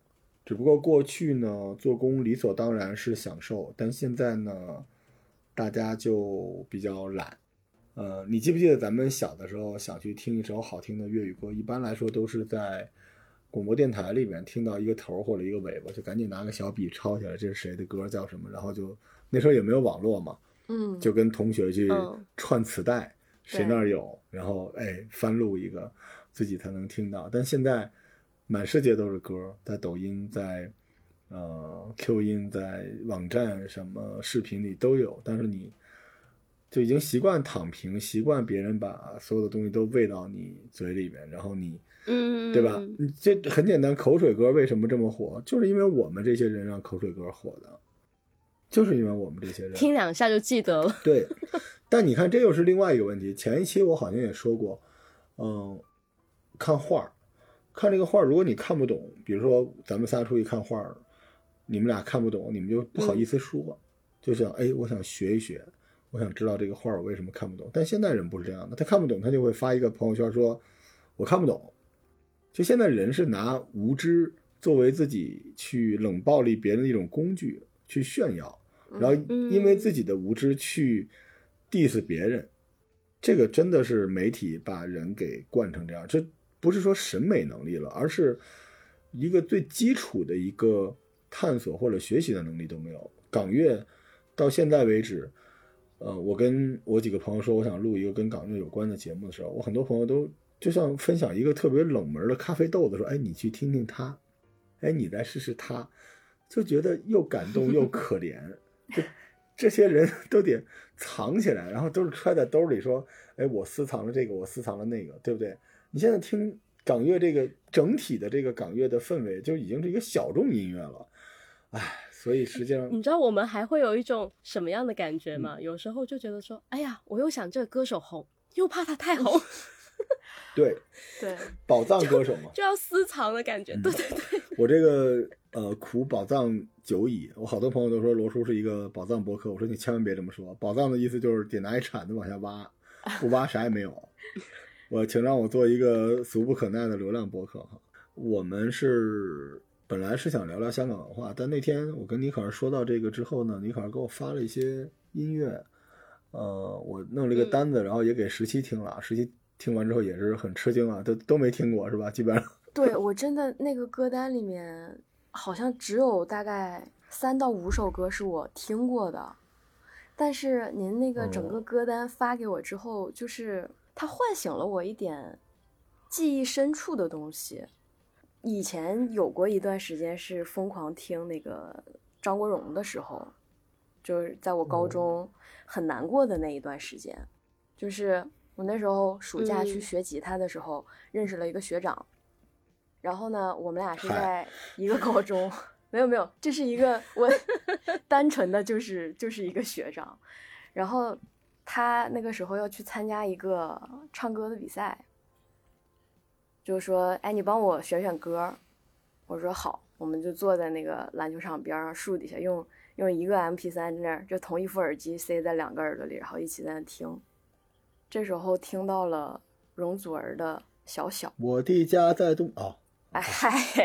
只不过过去呢，做工理所当然是享受，但现在呢，大家就比较懒。呃，你记不记得咱们小的时候想去听一首好听的粤语歌，一般来说都是在广播电台里面听到一个头或者一个尾巴，就赶紧拿个小笔抄下来，这是谁的歌叫什么，然后就那时候也没有网络嘛， 嗯， 就跟同学去嗯串磁带，谁那儿有，然后哎翻录一个，自己才能听到。但现在满世界都是歌，在抖音，在呃 Q 音，在网站什么视频里都有，但是你就已经习惯躺平，习惯别人把所有的东西都喂到你嘴里面，然后你， 嗯， 对吧？这很简单，口水歌为什么这么火？就是因为我们这些人让口水歌火的，就是因为我们这些人听两下就记得了。 对，但你看，这又是另外一个问题。前一期我好像也说过，嗯，看画，看这个画，如果你看不懂，比如说咱们仨出去看画，你们俩看不懂，你们就不好意思说，嗯、就想哎，我想学一学。我想知道这个画我为什么看不懂，但现在人不是这样的，他看不懂他就会发一个朋友圈说我看不懂。就现在人是拿无知作为自己去冷暴力别人的一种工具去炫耀，然后因为自己的无知去 diss 别人，这个真的是媒体把人给惯成这样。这不是说审美能力了，而是一个最基础的一个探索或者学习的能力都没有。港乐到现在为止，呃，我跟我几个朋友说我想录一个跟港乐有关的节目的时候，我很多朋友都就像分享一个特别冷门的咖啡豆子，说哎你去听听它，哎你再试试它，就觉得又感动又可怜。就这些人都得藏起来，然后都是揣在兜里说哎我私藏了这个我私藏了那个，对不对？你现在听港乐这个整体的这个港乐的氛围就已经是一个小众音乐了，哎，所以实际上你知道我们还会有一种什么样的感觉吗？嗯、有时候就觉得说哎呀我又想这个歌手红，又怕他太红。 对对， 宝藏歌手嘛， 就, 就要私藏的感觉、嗯、对对对。 我这个呃苦宝藏久矣，我好多朋友都说罗叔是一个宝藏博客，我说你千万别这么说，宝藏的意思就是得拿一铲子往下挖，不挖啥也没有。我请让我做一个俗不可耐的流量博客哈。我们是本来是想聊聊香港文化，但那天我跟尼可儿说到这个之后呢，尼可儿给我发了一些音乐，呃，我弄了一个单子，然后也给十七听了，十七听完之后也是很吃惊啊，都都没听过是吧？基本上。 对，我真的那个歌单里面好像只有大概三到五首歌是我听过的，但是您那个整个歌单发给我之后，嗯、就是它唤醒了我一点记忆深处的东西。以前有过一段时间是疯狂听那个张国荣的时候，就是在我高中很难过的那一段时间，就是我那时候暑假去学吉他的时候、嗯、认识了一个学长，然后呢我们俩是在一个高中，没有没有，这是一个我单纯的就是就是一个学长，然后他那个时候要去参加一个唱歌的比赛，就是说哎你帮我选选歌，我说好，我们就坐在那个篮球场边上树底下，用用一个 M P 三 在那儿，就同一副耳机塞在两个耳朵里，然后一起在那听。这时候听到了容祖儿的小小， 我的家在东哦， 哎嗨，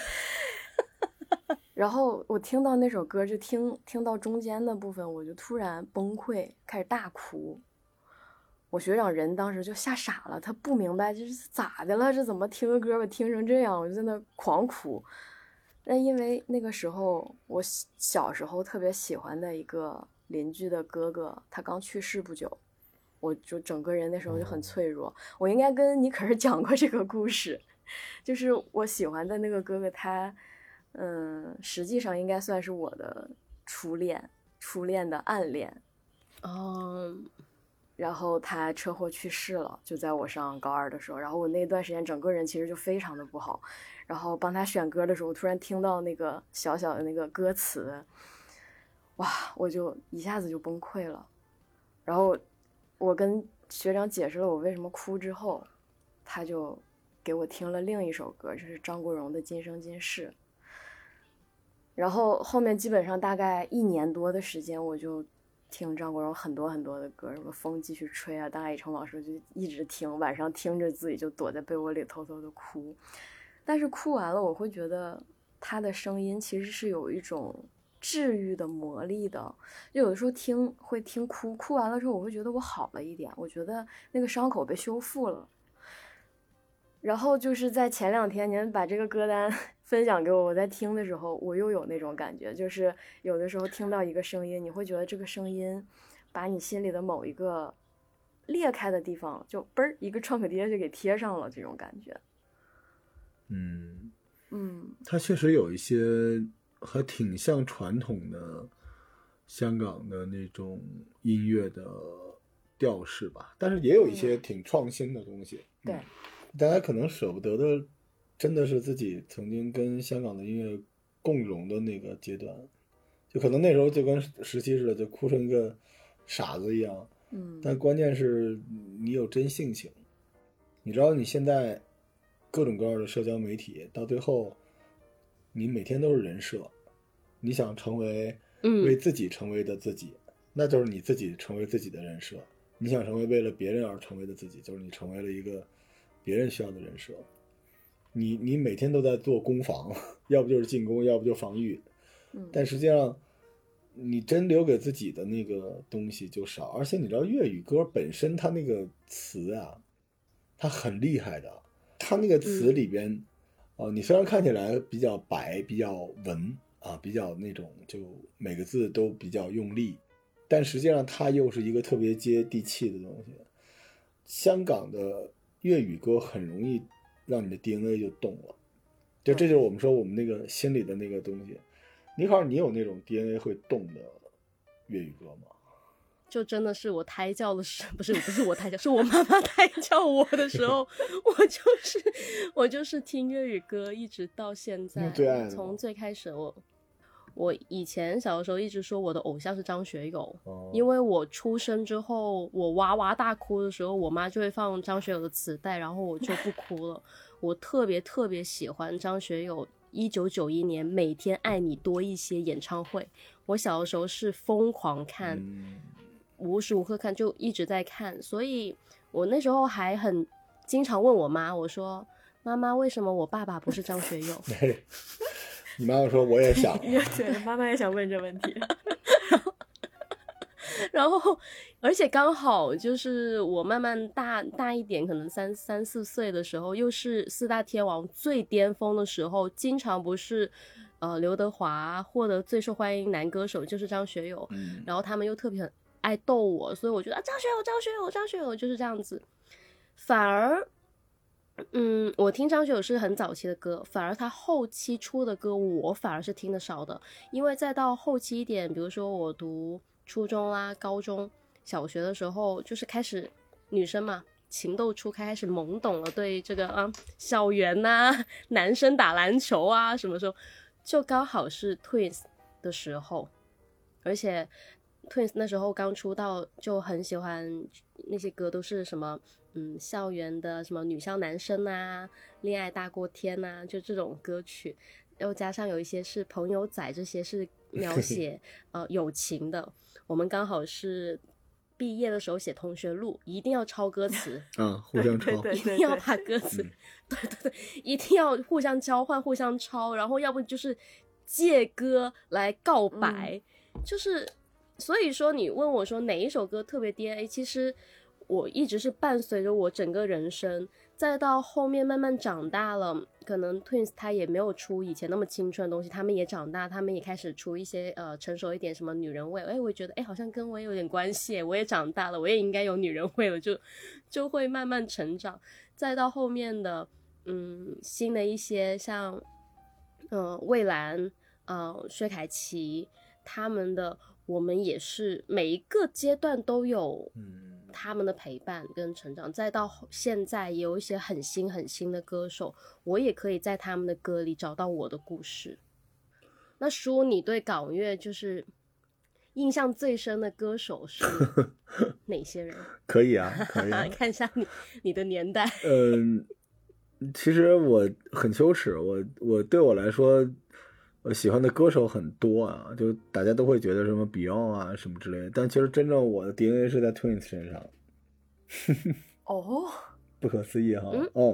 然后我听到那首歌，就听听到中间的部分，我就突然崩溃，开始大哭。我学长人当时就吓傻了，他不明白这是咋的了，这怎么听个歌吧听成这样，我就在那狂哭。那因为那个时候我小时候特别喜欢的一个邻居的哥哥，他刚去世不久，我就整个人那时候就很脆弱。我应该跟你可是讲过这个故事，就是我喜欢的那个哥哥，他嗯，实际上应该算是我的初恋，初恋的暗恋。 哦。 Um... 然后他车祸去世了，就在我上高二的时候，然后我那段时间整个人其实就非常的不好，然后帮他选歌的时候，突然听到那个小小的那个歌词，哇，我就一下子就崩溃了。然后我跟学长解释了我为什么哭之后，他就给我听了另一首歌，就是张国荣的《今生今世》。然后后面基本上大概一年多的时间，我就听张国荣很多很多的歌，什么风继续吹啊，大爱成往事，就一直听，晚上听着自己就躲在被窝里偷偷的哭。但是哭完了我会觉得他的声音其实是有一种治愈的魔力的，就有的时候听会听哭，哭完了之后我会觉得我好了一点，我觉得那个伤口被修复了。然后就是在前两天您把这个歌单分享给我，我在听的时候我又有那种感觉，就是有的时候听到一个声音，你会觉得这个声音把你心里的某一个裂开的地方就嘣儿一个创可贴就给贴上了，这种感觉。 嗯嗯， 它确实有一些还挺像传统的香港的那种音乐的调式吧，但是也有一些挺创新的东西。 对、 嗯，大家可能舍不得的真的是自己曾经跟香港的音乐共融的那个阶段，就可能那时候就跟十七似的，就哭成一个傻子一样。 嗯， 但关键是你有真性情。你知道你现在各种各样的社交媒体到最后你每天都是人设，你想成为为自己成为的自己、嗯、那就是你自己成为自己的人设，你想成为为了别人而成为的自己，就是你成为了一个别人需要的人设。你你每天都在做攻防，要不就是进攻，要不就防御，但实际上你真留给自己的那个东西就少。而且你知道粤语歌本身它那个词啊，它很厉害的，它那个词里边、嗯呃、你虽然看起来比较白比较文啊，比较那种就每个字都比较用力，但实际上它又是一个特别接地气的东西。香港的粤语歌很容易让你的 D N A 就动了，就这就是我们说我们那个心里的那个东西。尼克尔，你有那种 D N A 会动的粤语歌吗？ 就真的是我胎教的时候，不是不是我胎教，是我妈妈胎教我的时候，我就是我就是听粤语歌一直到现在。 最爱的从最开始我我以前小的时候一直说我的偶像是张学友、 哦、 因为我出生之后我哇哇大哭的时候，我妈就会放张学友的磁带，然后我就不哭了。我特别特别喜欢张学友一九九一年每天爱你多一些演唱会，我小的时候是疯狂看、嗯、无时无刻看，就一直在看。所以我那时候还很经常问我妈，我说妈妈为什么我爸爸不是张学友你妈妈说我也想对，妈妈也想问这问题然后而且刚好就是我慢慢大大一点，可能三三四岁的时候，又是四大天王最巅峰的时候，经常不是呃刘德华获得最受欢迎男歌手就是张学友、嗯、然后他们又特别很爱逗我，所以我觉得、啊、张学友张学友张学友就是这样子。反而嗯，我听张学友是很早期的歌，反而他后期出的歌我反而是听得少的，因为再到后期一点，比如说我读初中啦、高中、小学的时候，就是开始女生嘛，情窦初开，开始懵懂了，对这个啊校园啊、男生打篮球啊，什么时候就刚好是 Twins 的时候，而且 Twins 那时候刚出道，就很喜欢那些歌，都是什么嗯校园的什么女校男生啊、恋爱大过天啊，就这种歌曲，又加上有一些是朋友仔，这些是描写呃友情的。我们刚好是毕业的时候写同学录，一定要抄歌词啊，互相抄， 一定要把歌词、嗯、对对对，一定要互相交换、互相抄，然后要不就是借歌来告白、嗯、就是所以说你问我说哪一首歌特别 D N A， 其实我一直是伴随着我整个人生，再到后面慢慢长大了，可能 Twins 他也没有出以前那么青春的东西，他们也长大，他们也开始出一些呃成熟一点什么女人味，哎，我觉得哎好像跟我也有点关系，我也长大了，我也应该有女人味了，就就会慢慢成长。再到后面的嗯新的一些像呃蔚蓝呃薛凯琪他们的，我们也是每一个阶段都有他们的陪伴跟成长，再到现在也有一些很新很新的歌手，我也可以在他们的歌里找到我的故事。那叔，你对港乐就是印象最深的歌手是哪些人？ 可以啊，可以啊看一下你你的年代。 嗯，其实我很羞耻，我我对我来说我喜欢的歌手很多啊，就大家都会觉得什么 Beyond 啊什么之类的，但其实真正我的 D N A 是在 Twins 身上。 哦， 不可思议哈。嗯，哦，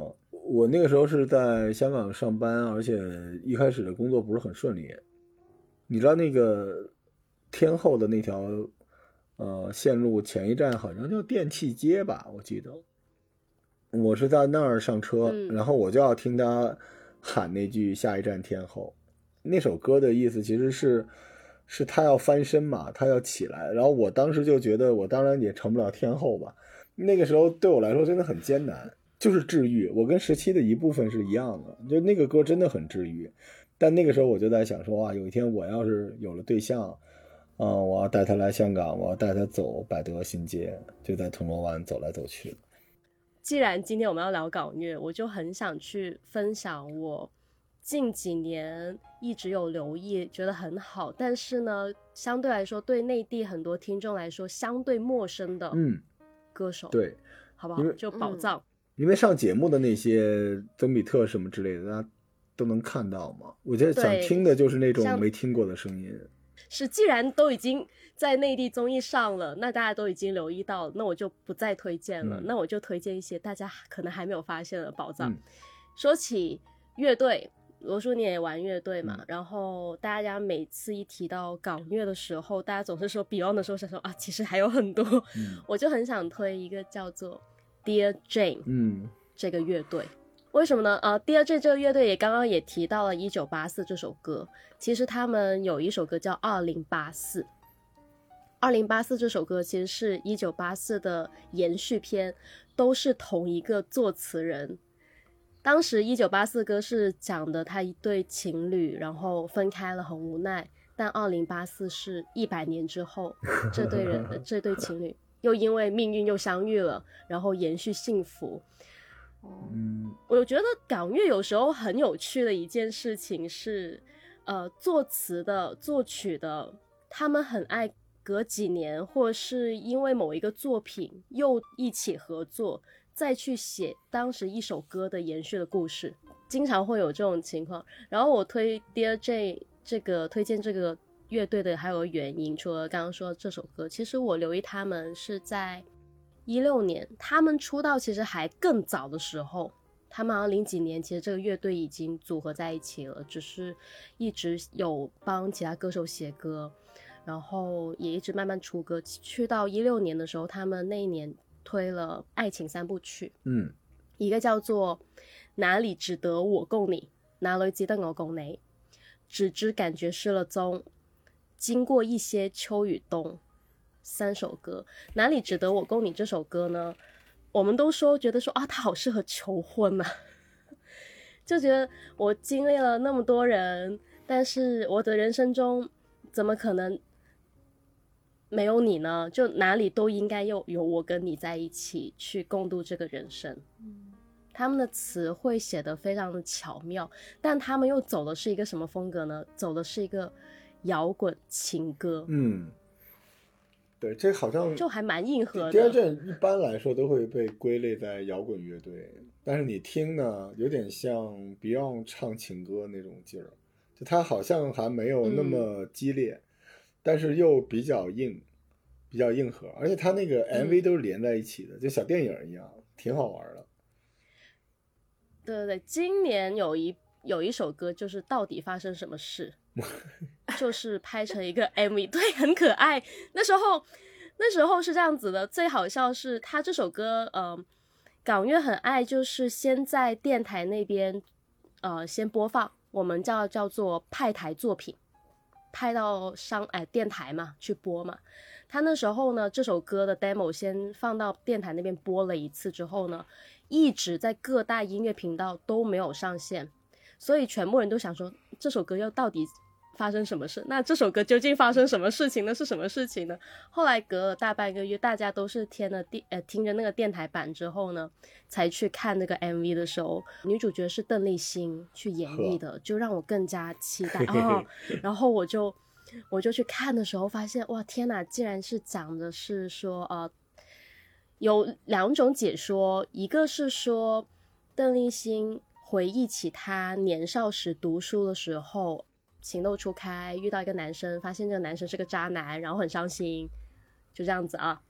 我那个时候是在香港上班，而且一开始的工作不是很顺利。你知道那个天后的那条呃线路前一站好像叫电气街吧，我记得。我是在那儿上车， 嗯、 然后我就要听他喊那句下一站天后。那首歌的意思其实是是他要翻身嘛，他要起来。然后我当时就觉得我当然也成不了天后吧，那个时候对我来说真的很艰难，就是治愈。我跟十七的一部分是一样的，就那个歌真的很治愈。但那个时候我就在想说，哇，有一天我要是有了对象啊、呃，我要带他来香港，我要带他走百德新街，就在铜锣湾走来走去。 既然今天我们要聊港乐，我就很想去分享我近几年一直有留意觉得很好，但是呢相对来说对内地很多听众来说相对陌生的歌手、嗯、 对， 好不好？就宝藏、嗯、 因为上节目的那些曾比特什么之类的大家都能看到嘛，我觉得想听的就是那种没听过的声音。 是，既然都已经在内地综艺上了，那大家都已经留意到了，那我就不再推荐了、嗯、那我就推荐一些大家可能还没有发现的宝藏、嗯、说起乐队，罗叔你也玩乐队嘛、嗯、然后大家每次一提到港乐的时候，大家总是说 Beyond 的时候想说啊，其实还有很多、嗯、我就很想推一个叫做 Dear Jane 嗯， 这个乐队。为什么呢？呃 Dear Jane 这个乐队也刚刚也提到了一九八四这首歌，其实他们有一首歌叫二零八四。二零八四这首歌其实是一九八四的延续篇，都是同一个作词人。当时一九八四歌是讲的他一对情侣，然后分开了很无奈，但二零八四是一百年之后，这对人这对情侣又因为命运又相遇了，然后延续幸福。 嗯， 我觉得港乐有时候很有趣的一件事情是，呃，作词的、作曲的，他们很爱隔几年，或是因为某一个作品又一起合作，再去写当时一首歌的延续的故事，经常会有这种情况。然后我推 Dear Jane 这个推荐这个乐队的还有个原因，除了刚刚说这首歌，其实我留意他们是在一六年，他们出道其实还更早的时候，他们好像零几年其实这个乐队已经组合在一起了，只是一直有帮其他歌手写歌，然后也一直慢慢出歌。去到一六年的时候，他们那一年推了爱情三部曲， 嗯， 一个叫做哪里值得我共你，哪裏值得我共你，只知感覺失了蹤，經過一些秋與冬，三首歌。哪里值得我共你这首歌呢，我们都说觉得说啊，它好适合求婚啊就觉得我经历了那么多人，但是我的人生中怎么可能没有你呢？就哪里都应该有有我跟你在一起去共度这个人生。嗯，他们的词汇写得非常的巧妙，但他们又走的是一个什么风格呢？走的是一个摇滚情歌。 嗯，对，这好像就还蛮硬核的。 Dear Jane一般来说都会被归类在摇滚乐队，但是你听呢，有点像 Beyond 唱情歌那种劲儿，就它好像还没有那么激烈，嗯，但是又比较硬，比较硬核，而且它那个 M V 都是连在一起的，嗯，就小电影一样，挺好玩的。 对对对，今年有一有一首歌就是到底发生什么事就是拍成一个 M V， 对，很可爱。那时候那时候是这样子的，最好笑是他这首歌呃，港乐很爱就是先在电台那边呃先播放，我们叫叫做派台作品，派到商哎电台嘛去播嘛。他那时候呢这首歌的 demo 先放到电台那边播了一次之后呢，一直在各大音乐频道都没有上线，所以全部人都想说这首歌又到底发生什么事，那这首歌究竟发生什么事情呢？是什么事情呢？后来隔了大半个月，大家都是听了电呃听着那个电台版之后呢，才去看那个 M V 的时候，女主角是邓丽欣去演绎的，就让我更加期待哦。然后我就我就去看的时候发现，哇天哪，竟然是讲的是说呃有两种解说，一个是说邓丽欣回忆起她年少时读书的时候情窦初开，遇到一个男生，发现这个男生是个渣男，然后很伤心，就这样子啊。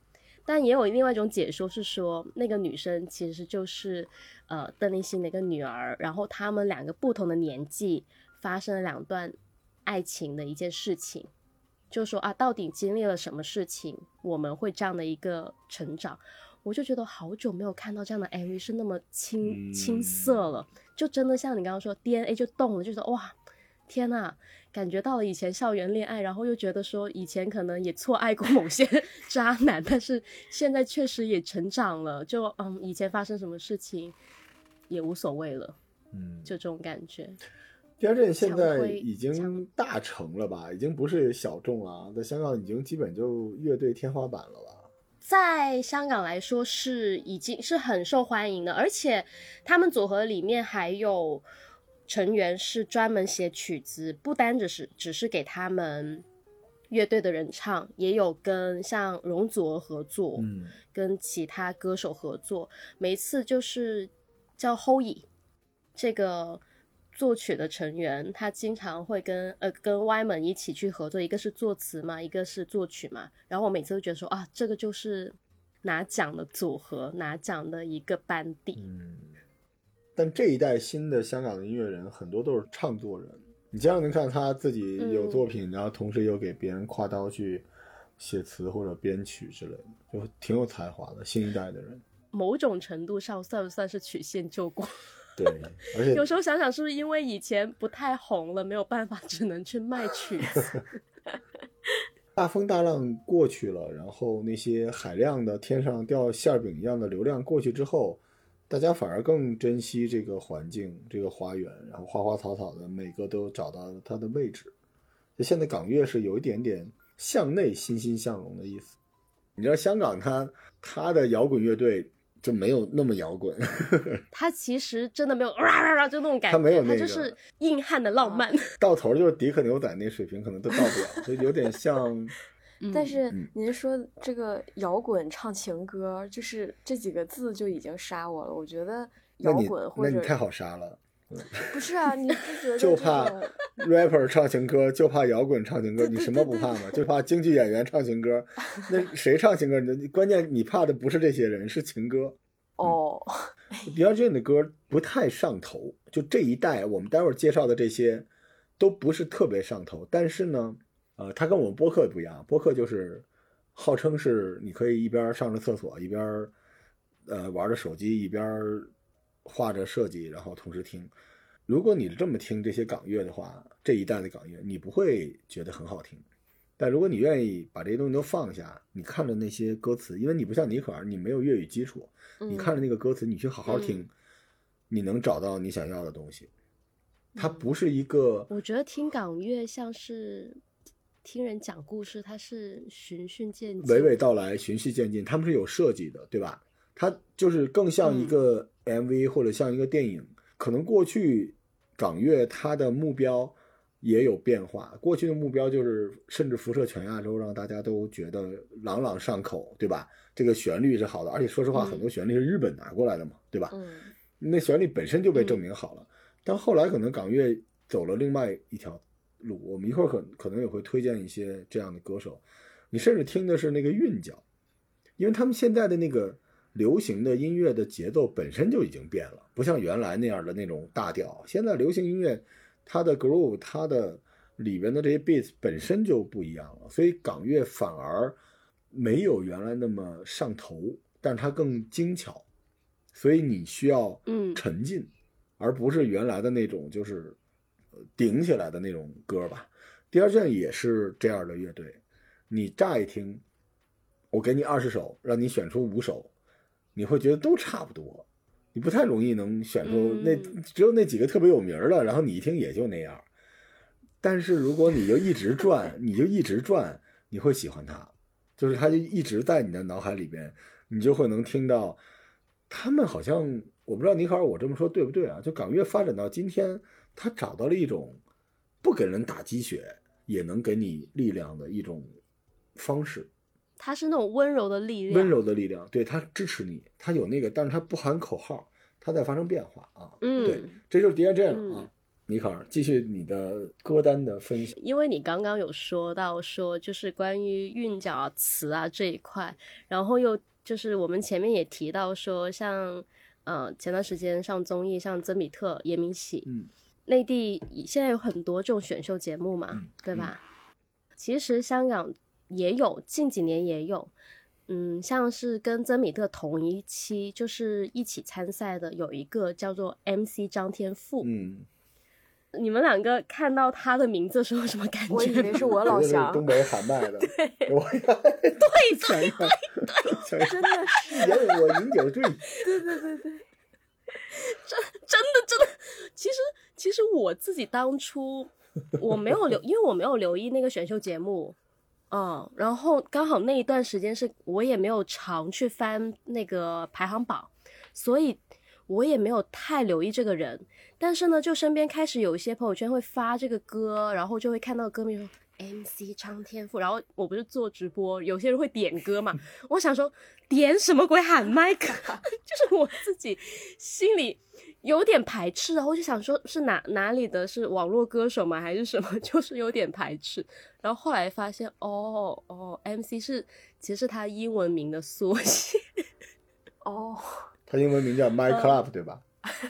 但也有另外一种解说是说，那个女生其实就是呃邓丽欣的一个女儿，然后他们两个不同的年纪发生了两段爱情的一件事情，就说啊，到底经历了什么事情，我们会这样的一个成长。我就觉得好久没有看到这样的 M V 是那么青青涩了，就真的像你刚刚说 D N A 就动了，就说哇天哪，感觉到了以前校园恋爱，然后又觉得说以前可能也错爱过某些渣男，但是现在确实也成长了，就嗯，以前发生什么事情也无所谓了，嗯，就这种感觉。 第二阵现在已经大成了吧，已经不是小众了，在香港已经基本就乐队天花板了吧。 在香港来说是已经是很受欢迎的，而且他们组合里面还有成员是专门写曲子，不单只是只是给他们乐队的人唱，也有跟像容祖儿合作，嗯，跟其他歌手合作。每一次就是叫 Hoey 这个作曲的成员，他经常会跟呃跟 Y 们一起去合作，一个是作词嘛，一个是作曲嘛。然后我每次都觉得说啊，这个就是拿奖的组合，拿奖的一个班底。 嗯，但这一代新的香港的音乐人很多都是唱作人，你经常能看他自己有作品，嗯，然后同时又给别人挎刀去写词或者编曲之类的，就挺有才华的新一代的人。 某种程度上算不算是曲线救国？ 对，而且有时候想想是不是因为以前不太红了，没有办法，只能去卖曲子。 大风大浪过去了，然后那些海量的天上掉馅饼一样的流量过去之后，大家反而更珍惜这个环境，这个花园，然后花花草草的每个都找到了它的位置。就现在港乐是有一点点向内欣欣向荣的意思。你知道香港它它的摇滚乐队就没有那么摇滚， 他其实真的没有啊就那种感觉， 他没有那个， 他就是硬汉的浪漫， 到头就是迪克牛仔那水平可能都到不了，就有点像。 但是您说这个摇滚唱情歌，就是这几个字就已经杀我了。我觉得摇滚或者那你太好杀了。 不是啊，你不觉得就怕 rapper 唱情歌，就怕摇滚唱情歌，你什么不怕吗？就怕京剧演员唱情歌，那谁唱情歌？关键你怕的不是这些人，是情歌。 哦， 比尔俊的歌不太上头，就这一代我们待会儿介绍的这些都不是特别上头，但是呢，呃，他跟我们播客不一样，播客就是号称是你可以一边上着厕所一边呃玩着手机一边画着设计，然后同时听。如果你这么听这些港乐的话，这一代的港乐你不会觉得很好听。但如果你愿意把这些东西都放下，你看着那些歌词，因为你不像尼可儿，你没有粤语基础，你看着那个歌词，你去好好听，嗯，你能找到你想要的东西。它不是一个， 我觉得听港乐像是听人讲故事，它是循序渐进， 娓娓道来，循序渐进，他们是有设计的，对吧？它就是更像一个 M V 或者像一个电影。嗯，可能过去港乐它的目标也有变化，过去的目标就是甚至辐射全亚洲，让大家都觉得朗朗上口，对吧？这个旋律是好的，而且说实话，嗯，很多旋律是日本拿过来的嘛，对吧？嗯，那旋律本身就被证明好了。嗯，但后来可能港乐走了另外一条路，我们一会儿可可能也会推荐一些这样的歌手，你甚至听的是那个韵脚，因为他们现在的那个流行的音乐的节奏本身就已经变了，不像原来那样的那种大调。现在流行音乐它的 groove 它的里边的这些 beats 本身就不一样了，所以港乐反而没有原来那么上头，但它更精巧，所以你需要沉浸，嗯，而不是原来的那种就是顶起来的那种歌吧。第二卷也是这样的乐队，你乍一听我给你二十首让你选出五首，你会觉得都差不多，你不太容易能选出那，嗯，只有那几个特别有名的，然后你一听也就那样。但是如果你就一直转你就一直转你会喜欢它，就是它就一直在你的脑海里边，你就会能听到他们好像，我不知道尼克尔我这么说对不对啊，就港乐发展到今天，他找到了一种不给人打鸡血也能给你力量的一种方式。 它是那种温柔的力量， 温柔的力量，对，它支持你，它有那个，但是它不喊口号，它在发生变化啊。嗯，对，这就是 D J 了啊。 尼克尔，继续你的歌单的分享。 因为你刚刚有说到说就是关于韵脚啊词啊这一块，然后又就是我们前面也提到说像呃前段时间上综艺像曾比特、严明喜， 嗯， 内地现在有很多这种选秀节目嘛， 嗯、 对吧、嗯、其实香港也有，近几年也有，嗯，像是跟曾比特同一期就是一起参赛的有一个叫做 M C 张天赋， 嗯， 你们两个看到他的名字的时候有什么感觉？ 我以为是我老乡， 东北喊麦的， 对， 我对对对对，真的是演我饮酒醉， 对对对对， 真真的真的，其实其实我自己当初我没有留，因为我没有留意那个选秀节目。嗯，然后刚好那一段时间是我也没有常去翻那个排行榜，所以我也没有太留意这个人。但是呢，就身边开始有一些朋友圈会发这个歌，然后就会看到歌迷说 M C 张天赋，然后我不是做直播，有些人会点歌嘛，我想说点什么鬼喊麦克，就是我自己心里有点排斥啊，我就想说是哪哪里的是网络歌手吗还是什么，就是有点排斥。然后后来发现哦哦 M C 是其实是他英文名的缩写哦， 他英文名叫 My Club、呃、对吧？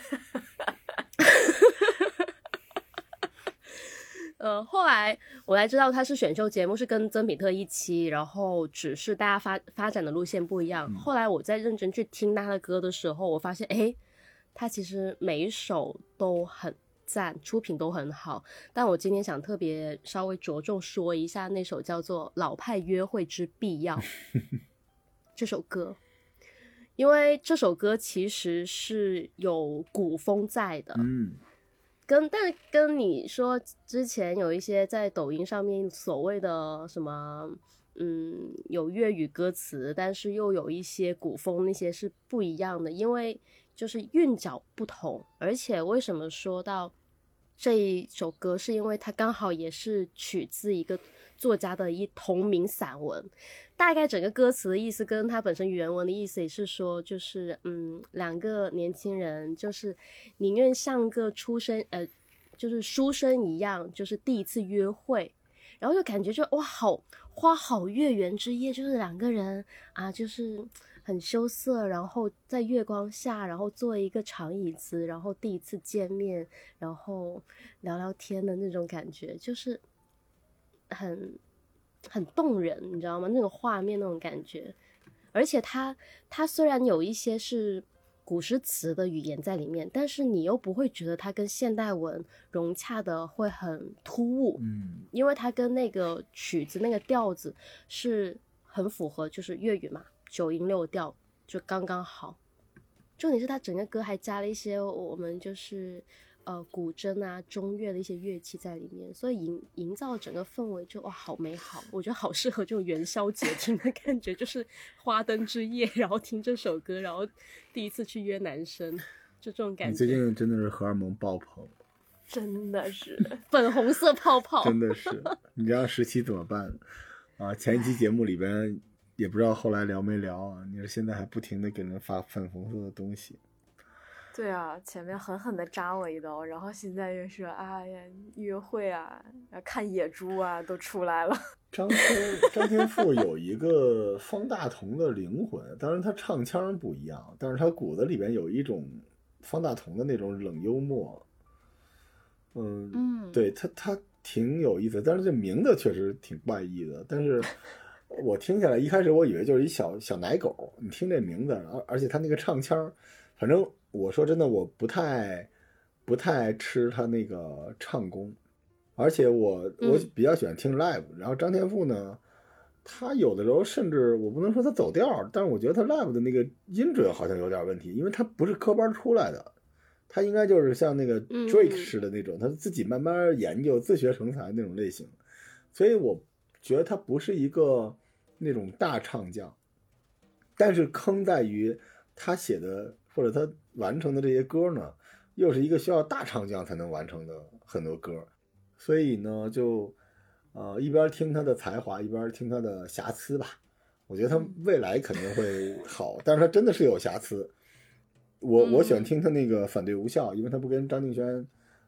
呃，后来我才知道他是选秀节目，是跟曾比特一期，然后只是大家发发展的路线不一样、嗯、后来我在认真去听他的歌的时候，我发现诶他其实每一首都很赞，出品都很好，但我今天想特别稍微着重说一下那首叫做《老派约会之必要》这首歌，因为这首歌其实是有古风在的， 嗯， 跟但是跟你说之前有一些在抖音上面所谓的什么嗯有粤语歌词但是又有一些古风，那些是不一样的，因为就是韵脚不同。而且为什么说到这一首歌，是因为它刚好也是取自一个作家的一同名散文，大概整个歌词的意思跟它本身原文的意思也是说，就是嗯，两个年轻人就是宁愿像个出生呃，就是书生一样，就是第一次约会，然后就感觉就哇好花好月圆之夜，就是两个人啊，就是很羞涩，然后在月光下，然后坐一个长椅子，然后第一次见面，然后聊聊天的那种感觉，就是很很动人，你知道吗？那种画面那种感觉。而且它它虽然有一些是古诗词的语言在里面，但是你又不会觉得它跟现代文融洽的会很突兀， 嗯， 因为它跟那个曲子那个调子是很符合，就是粤语嘛，九音六调就刚刚好。重点是它整个歌还加了一些我们就是呃古筝啊中乐的一些乐器在里面，所以营营造整个氛围就哇好美好，我觉得好适合这种元宵节听的感觉，就是花灯之夜然后听这首歌，然后第一次去约男生，就这种感觉。 你最近真的是荷尔蒙爆棚， 真的是粉红色泡泡真的是你让十七怎么办啊？前一期节目里边也不知道后来聊没聊啊，你说现在还不停的给人发粉红色的东西。 对啊，前面狠狠的扎我一刀，然后现在又是哎呀约会啊，看野猪啊都出来了。 张天张天赋有一个方大同的灵魂，当然他唱腔不一样，但是他骨子里边有一种方大同的那种冷幽默。嗯嗯，对他他挺有意思，但是这名字确实挺怪异的。但是我听下来，一开始我以为就是一小小奶狗，你听这名字，而而且他那个唱腔，反正。我说真的，我不太不太吃他那个唱功，而且我我比较喜欢听 live、嗯、然后张天赋呢，他有的时候甚至我不能说他走调，但是我觉得他 live 的那个音准好像有点问题，因为他不是科班出来的，他应该就是像那个 Drake 式的那种、嗯、他自己慢慢研究自学成才那种类型，所以我觉得他不是一个那种大唱将，但是坑在于他写的或者他完成的这些歌呢，又是一个需要大唱将才能完成的很多歌，所以呢，就呃一边听他的才华，一边听他的瑕疵吧。我觉得他未来肯定会好，但是他真的是有瑕疵。我我喜欢听他那个反对无效，因为他不跟张敬轩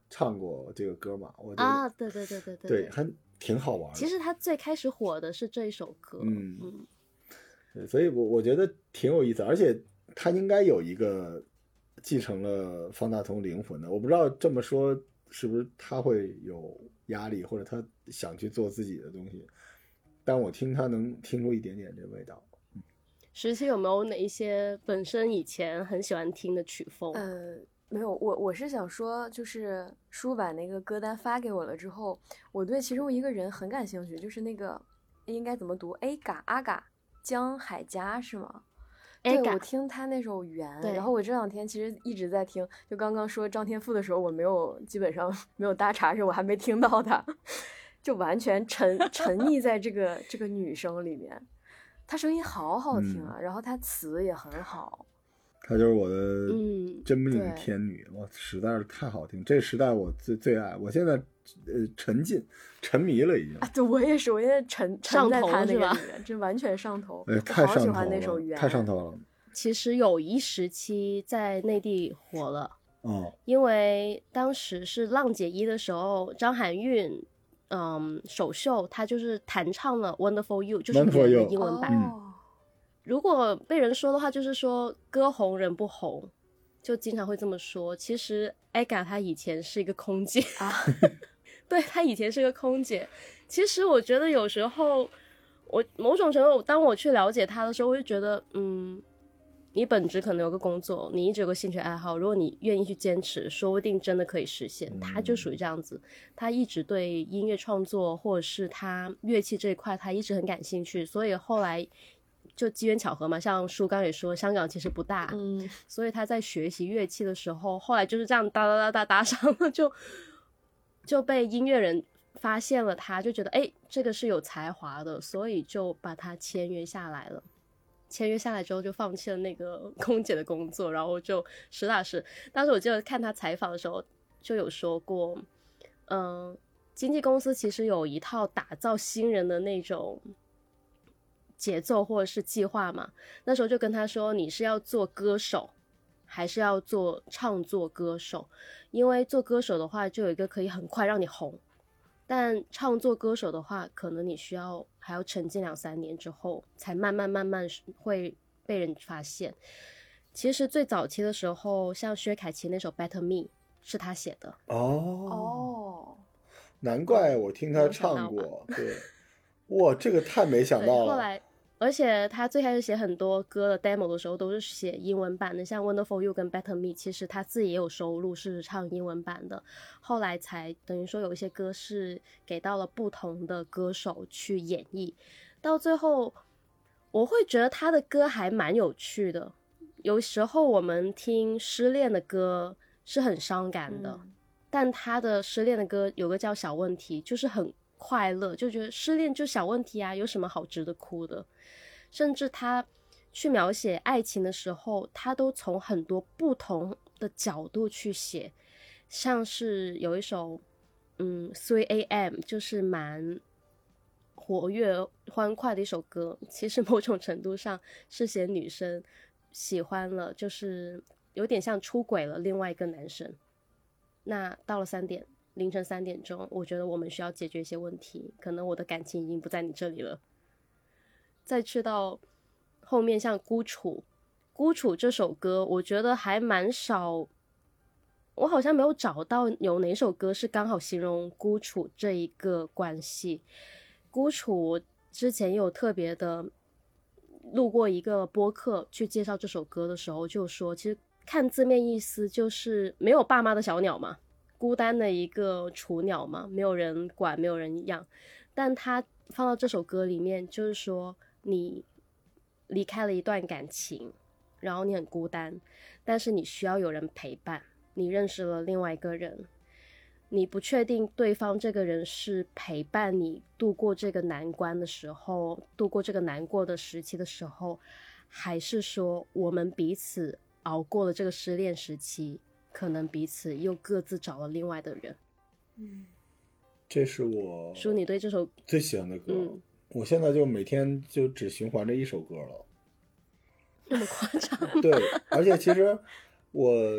唱过这个歌嘛，我觉得啊，对对对对对对， 还挺好玩的。 其实他最开始火的是这一首歌， 嗯嗯， 对，所以我我觉得挺有意思，而且他应该有一个继承了方大同灵魂的，我不知道这么说是不是他会有压力，或者他想去做自己的东西，但我听他能听出一点点这味道。 十七有没有哪一些本身以前很喜欢听的曲风？ 呃，没有，我我是想说，就是叔把那个歌单发给我了之后，我对其中一个人很感兴趣，就是那个应该怎么读 A 嘎阿嘎江海佳是吗？对，我听他那首《缘》，然后我这两天其实一直在听，就刚刚说张天赋的时候，我没有基本上没有搭茬，是我还没听到他，就完全沉沉溺在这个这个女生里面。她声音好好听啊，嗯、然后她词也很好。 她就是我的真命天女，哇、嗯，实在是太好听，这时代我最最爱。我现在呃沉浸沉迷了已经。 啊，对我也是，我现在沉沉在她那个里面，这完全上头。 哎，太上头了， 我好喜欢那首《缘》， 太上头了。 其实有一时期在内地火了， 哦， 因为当时是浪姐一的时候，张含韵。嗯，首秀他就是弹唱了 Wonderful You， 就是原的英文版。 哦、 如果被人说的话，就是说歌红人不红，就经常会这么说。其实 Aga 她以前是一个空姐啊， 对，她以前是个空姐。其实我觉得有时候，我某种程度，当我去了解她的时候，我就觉得，嗯。你本职可能有个工作，你一直有个兴趣爱好，如果你愿意去坚持，说不定真的可以实现。他就属于这样子，他一直对音乐创作或者是他乐器这一块他一直很感兴趣，所以后来就机缘巧合嘛，像书刚也说香港其实不大， 嗯， 所以他在学习乐器的时候，后来就是这样哒哒哒哒搭上了，就就被音乐人发现了他，就觉得哎这个是有才华的，所以就把他签约下来了。签约下来之后就放弃了那个空姐的工作，然后就实打实。当时我记得看他采访的时候就有说过，嗯，经纪公司其实有一套打造新人的那种节奏或者是计划嘛。那时候就跟他说，你是要做歌手还是要做唱作歌手？因为做歌手的话就有一个可以很快让你红，但唱作歌手的话可能你需要还要沉浸两三年之后才慢慢慢慢会被人发现。其实最早期的时候像薛凯琪那首 Better Me 是他写的。 哦哦， 难怪我听他唱过。对，哇，这个太没想到了。 后来而且他最开始写很多歌的 demo 的时候都是写英文版的，像 Wonderful You 跟 Better Me 其实他自己也有收录是唱英文版的，后来才等于说有一些歌是给到了不同的歌手去演绎，到最后我会觉得他的歌还蛮有趣的。有时候我们听失恋的歌是很伤感的、嗯、但他的失恋的歌有个叫小问题，就是很快乐，就觉得失恋就小问题啊，有什么好值得哭的。甚至他去描写爱情的时候，他都从很多不同的角度去写，像是有一首嗯 three A M 就是蛮活跃欢快的一首歌，其实某种程度上是写女生喜欢了，就是有点像出轨了另外一个男生。那到了三点凌晨三点钟，我觉得我们需要解决一些问题，可能我的感情已经不在你这里了。再去到后面像孤楚孤楚这首歌，我觉得还蛮少，我好像没有找到有哪首歌是刚好形容孤楚这一个关系。孤楚之前也有特别的录过一个播客去介绍这首歌的时候就说，其实看字面意思就是没有爸妈的小鸟嘛，孤单的一个雏鸟嘛，没有人管没有人养，但他放到这首歌里面就是说你离开了一段感情，然后你很孤单，但是你需要有人陪伴，你认识了另外一个人，你不确定对方这个人是陪伴你度过这个难关的时候，度过这个难过的时期的时候，还是说我们彼此熬过了这个失恋时期，可能彼此又各自找了另外的人。 嗯， 这是我说你对这首最喜欢的歌、 嗯、 我现在就每天就只循环这一首歌了。 那么夸张？ 对，而且其实我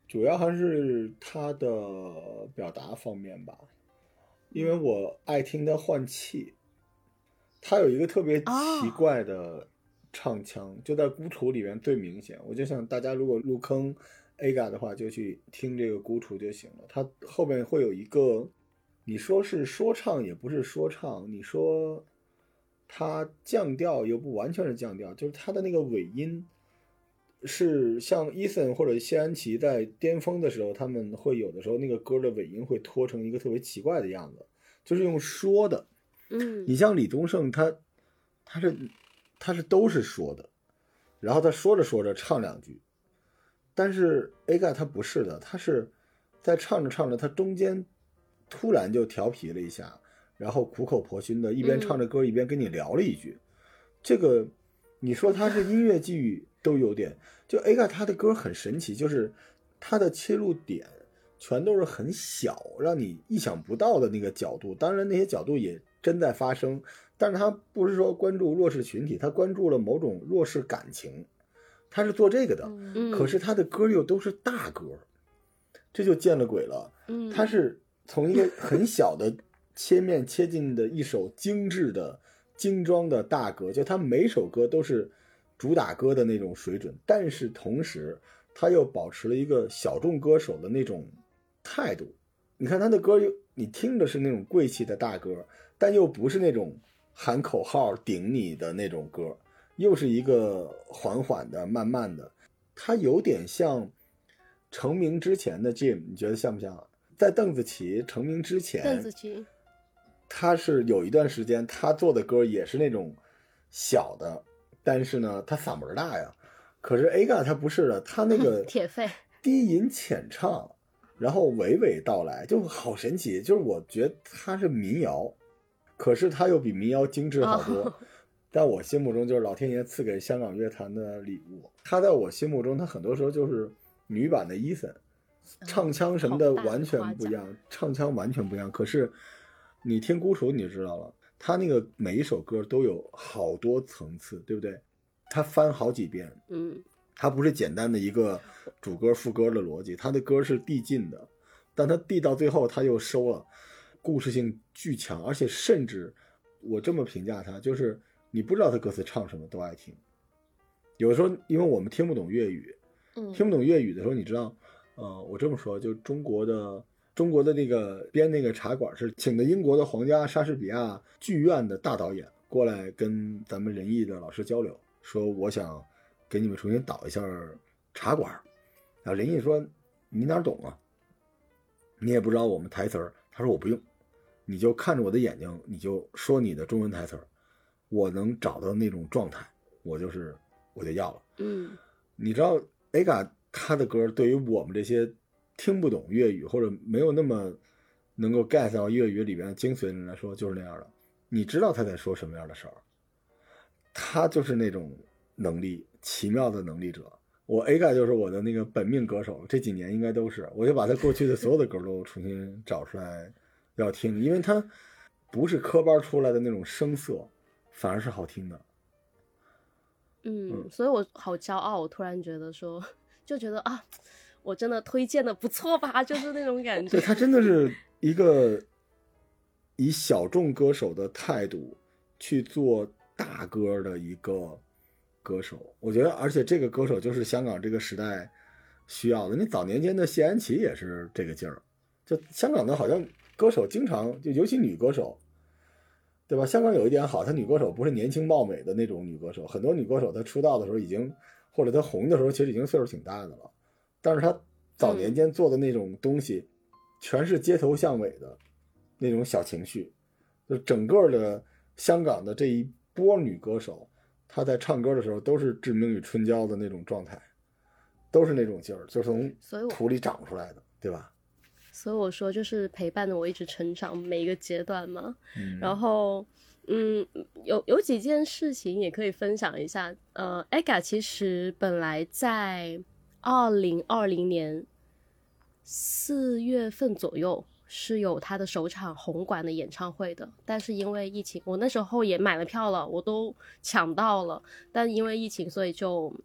主要还是他的表达方面吧，因为我爱听他换气，他有一个特别奇怪的唱腔，哦、就在孤雏里面最明显。我就想大家如果入坑 A G A 的话，就去听这个孤雏就行了。他后面会有一个，你说是说唱也不是说唱，你说他降调又不完全是降调，就是他的那个尾音。是像伊森或者谢安琪在巅峰的时候，他们会有的时候那个歌的尾音会拖成一个特别奇怪的样子，就是用说的。 嗯， 你像李宗盛，他他是他是都是说的，然后他说着说着唱两句，但是 A G A 他不是的，他是在唱着唱着，他中间突然就调皮了一下，然后苦口婆心的一边唱着歌一边跟你聊了一句，嗯、这个你说他是音乐际遇都有点。就 A G A 他的歌很神奇，就是他的切入点全都是很小，让你意想不到的那个角度。当然那些角度也真在发生，但是他不是说关注弱势群体，他关注了某种弱势感情，他是做这个的。 嗯、 可是他的歌又都是大歌，这就见了鬼了。 嗯、 他是从一个很小的切面切进的一首精致的精装的大歌，就他每首歌都是主打歌的那种水准，但是同时他又保持了一个小众歌手的那种态度。你看他的歌，你听着是那种贵气的大歌，但又不是那种喊口号顶你的那种歌，又是一个缓缓的慢慢的。他有点像成名之前的 Jim， 你觉得像不像？在邓紫棋成名之前， 邓紫棋他是有一段时间他做的歌也是那种小的，但是呢，他嗓门大呀。可是 A G A 他不是的，他那个铁肺低吟浅唱，然后娓娓道来，就好神奇。就是我觉得他是民谣，可是他又比民谣精致好多。哦、在我心目中，就是老天爷赐给香港乐坛的礼物。他在我心目中，他很多时候就是女版的伊森，唱腔什么的完全不一样，嗯、唱腔完全不一样。可是你听孤雏你就知道了。他那个每一首歌都有好多层次，对不对？他翻好几遍， 嗯， 他不是简单的一个主歌副歌的逻辑，他的歌是递进的，但他递到最后他又收了，故事性巨强，而且甚至我这么评价他，就是你不知道他歌词唱什么都爱听。有的时候因为我们听不懂粤语， 嗯， 听不懂粤语的时候，你知道，呃，我这么说，就中国的。中国的那个编那个茶馆是请的英国的皇家莎士比亚剧院的大导演过来跟咱们仁义的老师交流，说我想给你们重新导一下茶馆。然后仁义说你哪懂啊，你也不知道我们台词儿。他说我不用，你就看着我的眼睛，你就说你的中文台词儿，我能找到那种状态，我就是我就要了。 嗯， 你知道 A G A 他的歌对于我们这些听不懂粤语或者没有那么能够 get 到粤语里边的精髓的人来说，就是那样的。你知道他在说什么样的事儿，他就是那种能力奇妙的能力者。我 A G A 就是我的那个本命歌手，这几年应该都是，我就把他过去的所有的歌都重新找出来要听，因为他不是科班出来的那种声色，反而是好听的。 嗯，嗯所以我好骄傲，我突然觉得说，就觉得啊。我真的推荐的不错吧，就是那种感觉。 对，他真的是一个以小众歌手的态度去做大歌的一个歌手，我觉得，而且这个歌手就是香港这个时代需要的。你早年间的谢安琪也是这个劲儿，就香港的好像歌手经常就尤其女歌手，对吧？香港有一点好，她女歌手不是年轻貌美的那种女歌手，很多女歌手她出道的时候已经，或者她红的时候其实已经岁数挺大的了。但是他早年间做的那种东西，全是街头巷尾的那种小情绪，就整个的香港的这一波女歌手，她在唱歌的时候都是志明与春娇的那种状态，都是那种劲儿，就是从土里长出来的，对吧？ 所以我说就是陪伴着我一直成长每一个阶段嘛。 嗯、 然后嗯，有有几件事情也可以分享一下。呃 A G A 其实本来在二零二零年四月份左右是有他的首场红馆的演唱会的，但是因为疫情，我那时候也买了票了，我都抢到了，但因为疫情所以就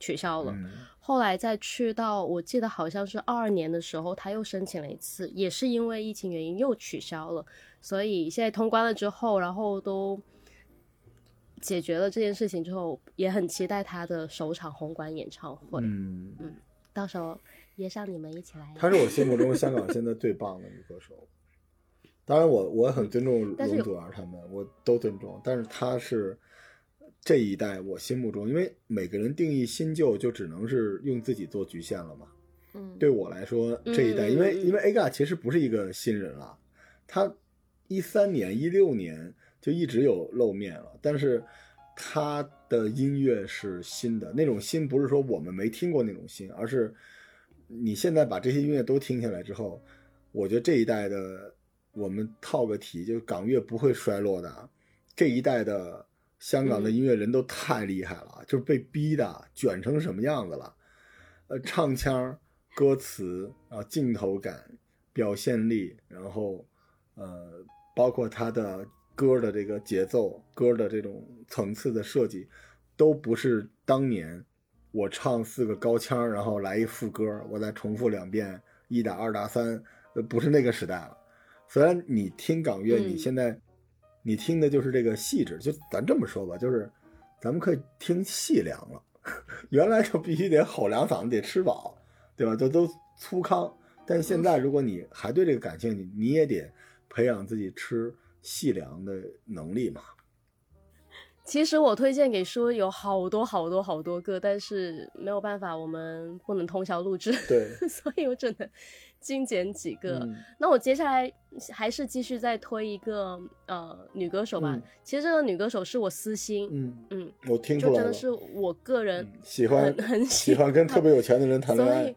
取消了、 嗯、 后来再去到我记得好像是二二年的时候他又申请了一次，也是因为疫情原因又取消了，所以现在通关了之后，然后都解决了这件事情之后，也很期待他的首场红馆演唱会。 嗯嗯，到时候约上你们一起来。 她是我心目中香港现在最棒的女歌手。当然我我很尊重容祖儿他们，我都尊重，但是她是这一代我心目中，因为每个人定义新旧就只能是用自己做局限了嘛。 嗯， 对我来说这一代， 嗯、 因为因为 A G A 其实不是一个新人了，他一三年一六年就一直有露面了，但是他的音乐是新的，那种新不是说我们没听过那种新，而是你现在把这些音乐都听下来之后，我觉得这一代的我们套个题，就是港乐不会衰落的，这一代的香港的音乐人都太厉害了、嗯、就是被逼的卷成什么样子了，呃，唱腔、歌词啊、镜头感、表现力，然后呃，包括他的歌的这个节奏、歌的这种层次的设计，都不是当年我唱四个高腔，然后来一副歌，我再重复两遍一打二打三，呃，不是那个时代了。虽然你听港乐，你现在、嗯、你听的就是这个细致，就咱这么说吧，就是咱们可以听细粮了。原来就必须得吼两嗓子，得吃饱，对吧？都都粗糠。但现在如果你还对这个感兴趣，你也得培养自己吃细粮的能力嘛。 其实我推荐给书有好多好多好多个，但是没有办法，我们不能通宵录制， 对， 所以我只能精简几个、 嗯、 那我接下来还是继续再推一个呃女歌手吧、嗯、其实这个女歌手是我私心，嗯嗯， 我听出来了， 就真的是我个人、嗯、 喜欢很很喜欢跟特别有钱的人谈恋爱。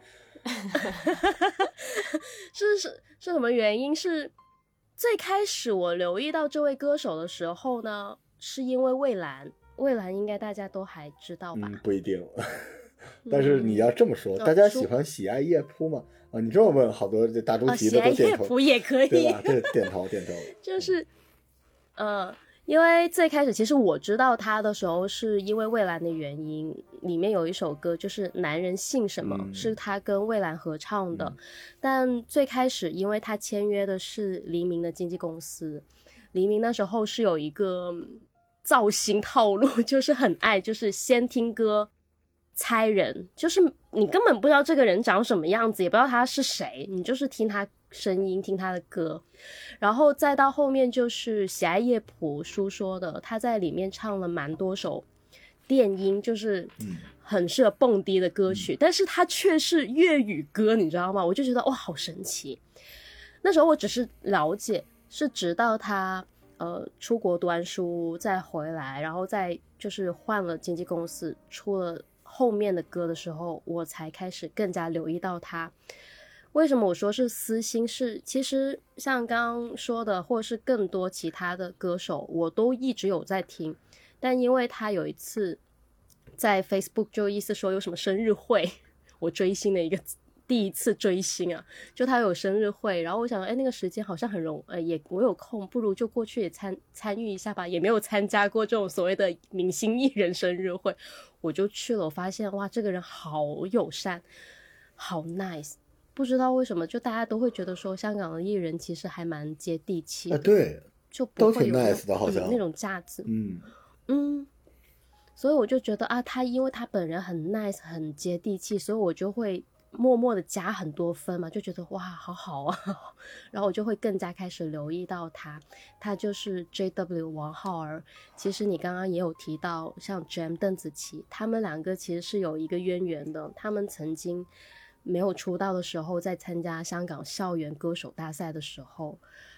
是是是什么原因？是最开始我留意到这位歌手的时候呢，是因为蔚蓝。蔚蓝应该大家都还知道吧？ 嗯，不一定。但是你要这么说、嗯、大家喜欢喜爱夜蒲吗？啊，你这么问，好多这大猪蹄子都点头、 啊、喜爱夜蒲也可以， 对吧？这点头点头。 就是呃因为最开始其实我知道他的时候是因为蔚蓝的原因，里面有一首歌就是男人姓什么、嗯、是他跟蔚蓝合唱的、嗯、但最开始因为他签约的是黎明的经纪公司，黎明那时候是有一个造型套路，就是很爱就是先听歌猜人，就是你根本不知道这个人长什么样子，也不知道他是谁，你就是听他声音听他的歌，然后再到后面就是喜爱夜蒲书说的，他在里面唱了蛮多首电音，就是很适合蹦迪的歌曲、嗯、但是他却是粤语歌，你知道吗？我就觉得哇好神奇。那时候我只是了解，是直到他呃出国读完书再回来，然后再就是换了经纪公司出了后面的歌的时候，我才开始更加留意到他。为什么我说是私心？是其实像刚刚说的或者是更多其他的歌手我都一直有在听，但因为他有一次在 Facebook 就意思说有什么生日会，我追星的一个第一次追星啊，就他有生日会，然后我想哎那个时间好像很容呃也我有空，不如就过去也参参与一下吧，也没有参加过这种所谓的明星艺人生日会，我就去了，我发现哇这个人好友善好 nice，不知道为什么就大家都会觉得说香港的艺人其实还蛮接地气的、 啊、对， 就不会有都挺 nice 的好像、 嗯、那种架子， 嗯嗯，所以我就觉得啊他因为他本人很 nice 很接地气，所以我就会默默的加很多分嘛，就觉得哇好好啊，然后我就会更加开始留意到他。他就是 J W 王浩儿，其实你刚刚也有提到像 Jam 邓紫棋，他们两个其实是有一个渊源的，他们曾经没有出道的时候在参加香港校园歌手大赛的时候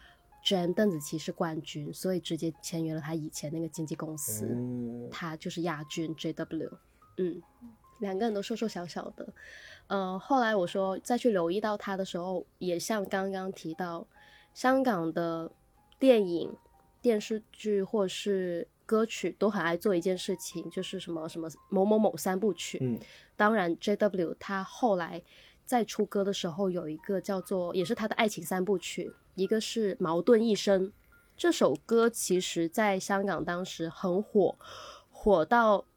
Jam 邓紫棋是冠军，所以直接签约了他以前那个经纪公司、嗯、他就是亚军 J W。 嗯，两个人都瘦瘦小小的。呃，后来我说再去留意到他的时候，也像刚刚提到香港的电影电视剧或是歌曲都很爱做一件事情，就是什么什么某某某三部曲、嗯、当然 J W 他后来在出歌的时候有一个叫做也是他的爱情三部曲，一个是矛盾一生，这首歌其实在香港当时很火，火到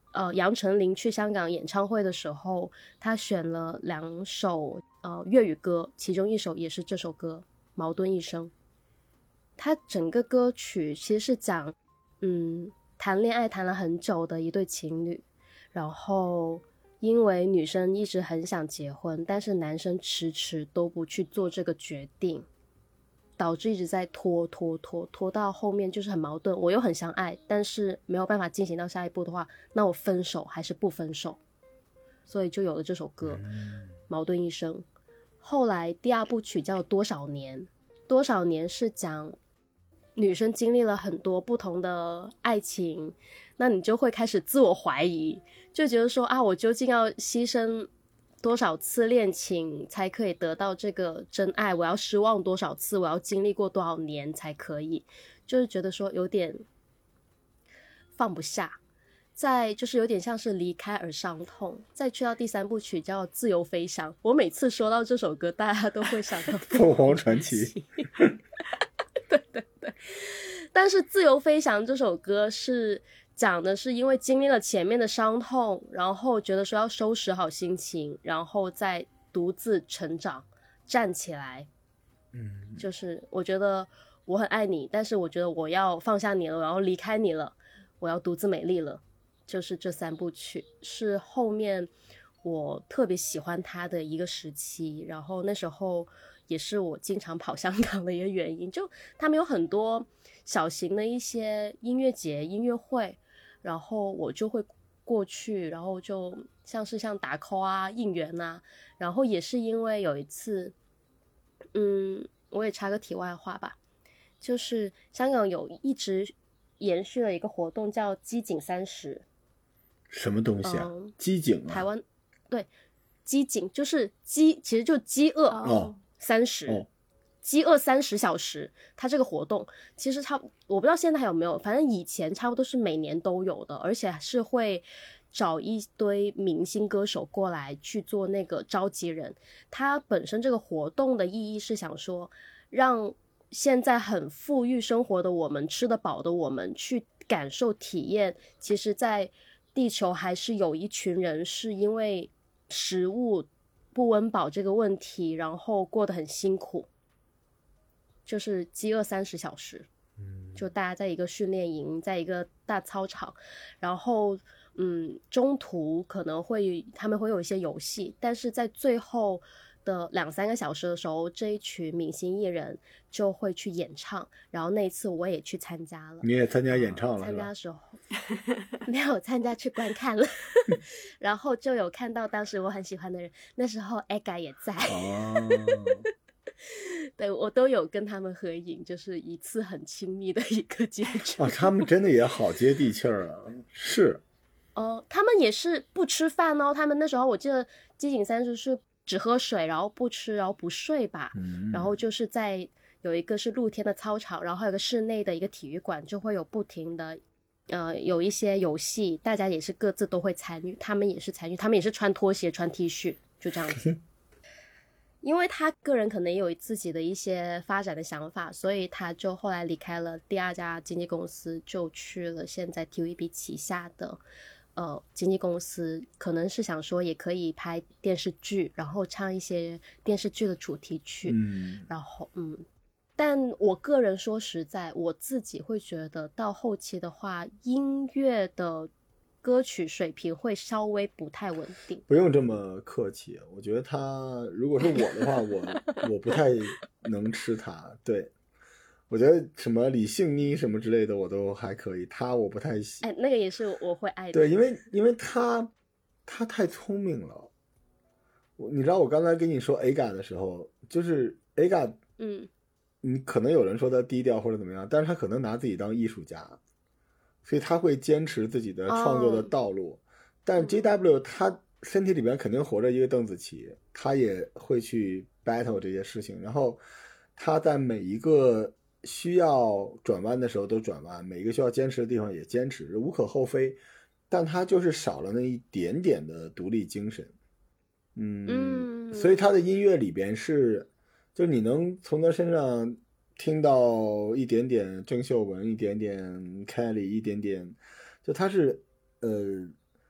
呃杨丞琳去香港演唱会的时候，他选了两首呃粤语歌，其中一首也是这首歌《矛盾一生》。他整个歌曲其实是讲嗯谈恋爱谈了很久的一对情侣，然后因为女生一直很想结婚，但是男生迟迟都不去做这个决定，导致一直在拖拖拖拖到后面就是很矛盾，我又很相爱，但是没有办法进行到下一步的话，那我分手还是不分手，所以就有了这首歌《矛盾一生》。后来第二部曲叫多少年，多少年是讲女生经历了很多不同的爱情，那你就会开始自我怀疑，就觉得说啊，我究竟要牺牲多少次恋情才可以得到这个真爱，我要失望多少次，我要经历过多少年才可以，就是觉得说有点放不下，再就是有点像是离开而伤痛。再去到第三部曲叫自由飞翔，我每次说到这首歌大家都会想到凤凰传奇对对对，但是自由飞翔这首歌是讲的是因为经历了前面的伤痛，然后觉得说要收拾好心情，然后再独自成长站起来。嗯，就是我觉得我很爱你，但是我觉得我要放下你了，我要离开你了，我要独自美丽了，就是这三部曲是后面我特别喜欢他的一个时期，然后那时候也是我经常跑香港的一个原因，就他们有很多小型的一些音乐节音乐会，然后我就会过去，然后就像是像打 call 啊应援啊，然后也是因为有一次嗯，我也插个题外话吧，就是香港有一直延续了一个活动叫基景三十。 什么东西啊？ 嗯、 机警啊？ 台湾对，饥饉就是饥，其实就饥饿哦， 三十、 哦， 饥饿三十小时。它这个活动其实差，我不知道现在还有没有，反正以前差不多是每年都有的，而且是会找一堆明星歌手过来去做那个召集人。它本身这个活动的意义是想说，让现在很富裕生活的我们，吃得饱的我们，去感受体验，其实在地球还是有一群人是因为食物不温饱这个问题，然后过得很辛苦，就是饥饿三十小时，就大家在一个训练营，在一个大操场，然后嗯，中途可能会他们会有一些游戏，但是在最后的两三个小时的时候，这一群明星艺人就会去演唱，然后那一次我也去参加了。 你也参加演唱了？ 参加的时候没有参加，去观看了然后就有看到当时我很喜欢的人，那时候 A G A 也在哦对，我都有跟他们合影，就是一次很亲密的一个接触。 啊，他们真的也好接地气儿啊！是哦、呃，他们也是不吃饭哦。他们那时候我记得基景三十是只喝水，然后不吃，然后不睡吧。嗯，然后就是在有一个是露天的操场，然后还有个室内的一个体育馆，就会有不停的呃有一些游戏，大家也是各自都会参与，他们也是参与，他们也是穿拖鞋穿 T 恤，就这样子。因为他个人可能也有自己的一些发展的想法，所以他就后来离开了第二家经纪公司，就去了现在 T V B 旗下的呃经纪公司，可能是想说也可以拍电视剧，然后唱一些电视剧的主题曲。嗯，然后嗯，但我个人说实在，我自己会觉得到后期的话，音乐的歌曲水平会稍微不太稳定。 不用这么客气，我觉得他如果是我的话，我我不太能吃他。对，我觉得什么李杏妮什么之类的我都还可以，他我不太喜。 哎，那个也是我会爱的。 对，因为因为他他太聪明了。你知道我刚才跟你说 A G A 的时候，就是 A G A， 嗯，你可能有人说他低调或者怎么样，但是他可能拿自己当艺术家。所以他会坚持自己的创作的道路， oh. 但 J W 他身体里边肯定活着一个邓紫棋，他也会去 battle 这些事情，然后他在每一个需要转弯的时候都转弯，每一个需要坚持的地方也坚持，无可厚非，但他就是少了那一点点的独立精神。嗯， mm. 所以他的音乐里边是，就你能从他身上听到一点点郑秀文，一点点 Kelly， 一点点，就他是呃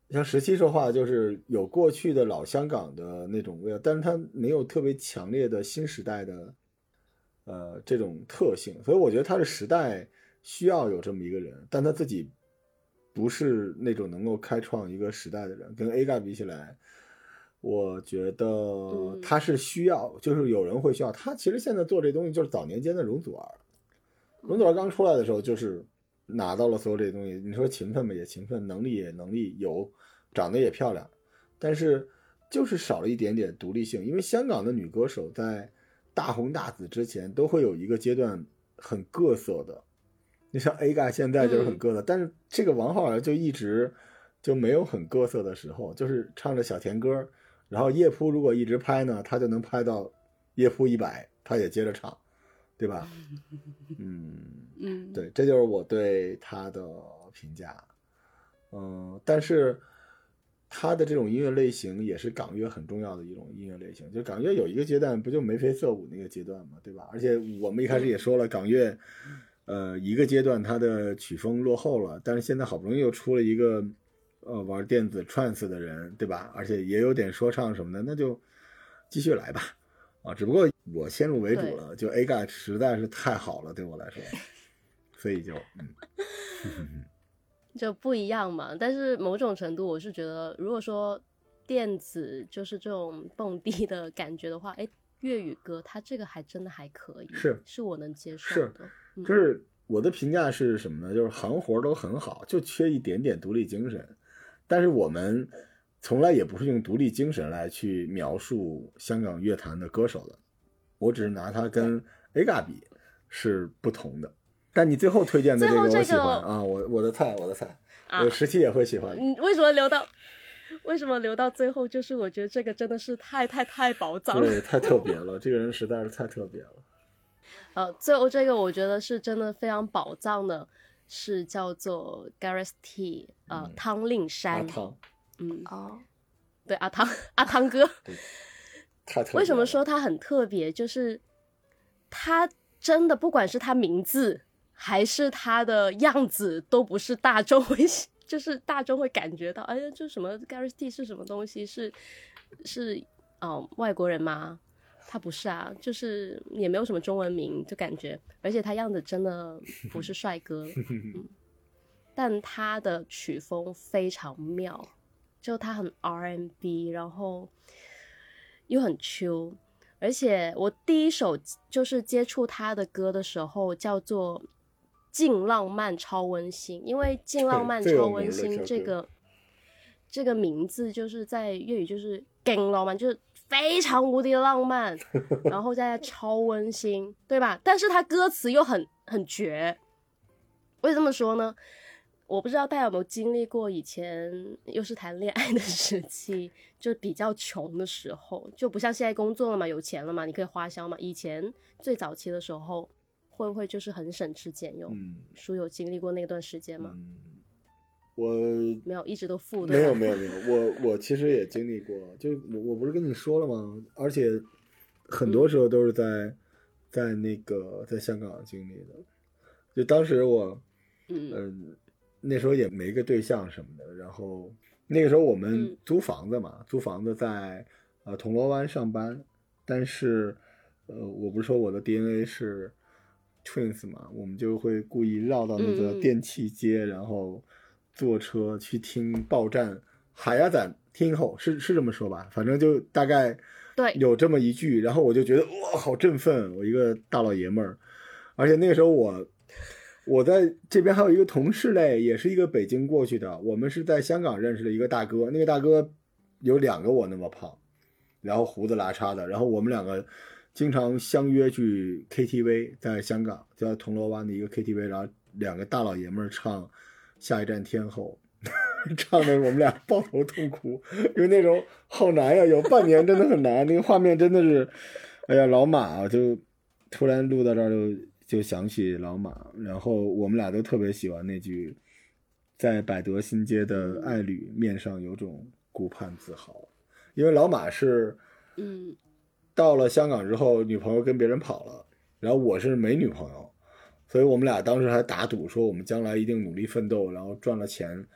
像十七说话就是有过去的老香港的那种味道，但是它没有特别强烈的新时代的呃这种特性，所以我觉得他的时代需要有这么一个人，但他自己不是那种能够开创一个时代的人，跟 A 嘎比起来，我觉得他是需要、嗯、就是有人会需要他。其实现在做这东西就是早年间的容祖儿，容祖儿刚出来的时候就是拿到了所有这些东西，你说勤奋吧也勤奋，能力也能力有，长得也漂亮，但是就是少了一点点独立性。因为香港的女歌手在大红大紫之前都会有一个阶段很各色的，你像 A 嘎现在就是很各色、嗯、但是这个王浩儿就一直就没有很各色的时候，就是唱着小甜歌，然后夜扑如果一直拍呢，他就能拍到夜扑一百，他也接着唱，对吧？嗯嗯，对，这就是我对他的评价。嗯，但是他的这种音乐类型也是港乐很重要的一种音乐类型。就港乐有一个阶段不就眉飞色舞那个阶段嘛，对吧？而且我们一开始也说了，港乐呃一个阶段它的曲风落后了，但是现在好不容易又出了一个呃玩电子 trance 的人，对吧？而且也有点说唱什么的，那就继续来吧。啊，只不过我先入为主了，就 A 嘎实在是太好了，对我来说，所以就嗯， 就不一样嘛。但是某种程度，我是觉得，如果说电子就是这种蹦迪的感觉的话，哎，粤语歌它这个还真的还可以， 是是我能接受的。 是，嗯、就是我的评价是什么呢？就是行活都很好，就缺一点点独立精神。但是我们从来也不是用独立精神来去描述香港乐坛的歌手的，我只是拿它跟 A 嘎比是不同的。但你最后推荐的这个我喜欢、这个、啊，我我的菜我的菜，啊、我十七也会喜欢。 你为什么留到为什么留到最后？就是我觉得这个真的是太太太宝藏了， 对，太特别了，这个人实在是太特别了。 呃，最后这个我觉得是真的非常宝藏的，是叫做 Gareth T 呃、嗯、汤令山。 阿汤。 嗯哦，对，阿汤阿汤哥， 太特别了。 为什么说他很特别？就是他真的不管是他名字还是他的样子，都不是大众会，就是大众会感觉到，哎呀，这什么 Gareth T 是什么东西？是是哦，外国人吗？他不是啊，就是也没有什么中文名，就感觉，而且他样子真的不是帅哥，嗯，但他的曲风非常妙。就他很 R and B， 然后又很 chill， 而且我第一首就是接触他的歌的时候叫做《劲浪漫超温馨》，因为《劲浪漫超温馨》这个这个名字就是在粤语就是勁浪漫，就是非常无敌的浪漫，然后再超温馨，对吧？但是他歌词又很很绝。为什么这么说呢？我不知道大家有没有经历过以前又是谈恋爱的时期，就比较穷的时候，就不像现在工作了嘛，有钱了嘛，你可以花销嘛。以前最早期的时候会不会就是很省吃俭用？嗯，叔有经历过那段时间吗？ 嗯，我没有，一直都富。 没有没有没有，我我其实也经历过，就我我不是跟你说了吗？而且很多时候都是在、嗯、在那个在香港经历的。就当时我嗯。呃那时候也没个对象什么的，然后那个时候我们租房子嘛，嗯、租房子在呃铜锣湾上班，但是呃我不是说我的 D N A 是 twins 嘛，我们就会故意绕到那个电器街，嗯、然后坐车去听报站海鸭仔听后，是是这么说吧，反正就大概对有这么一句，然后我就觉得哇好振奋，我一个大老爷们儿，而且那个时候我。我在这边还有一个同事嘞，也是一个北京过去的，我们是在香港认识的一个大哥，那个大哥有两个我那么胖，然后胡子拉碴的，然后我们两个经常相约去 K T V， 在香港在铜锣湾的一个 K T V， 然后两个大老爷们唱下一站天后，唱的我们俩抱头痛哭，因为那种好难呀，有半年真的很难，那个画面真的是，哎呀老马啊，就突然录到这儿就就想起老马，然后我们俩都特别喜欢那句在百德新街的爱侣面上有种顾盼自豪，因为老马是嗯，到了香港之后女朋友跟别人跑了，然后我是没女朋友，所以我们俩当时还打赌说我们将来一定努力奋斗，然后赚了钱啊、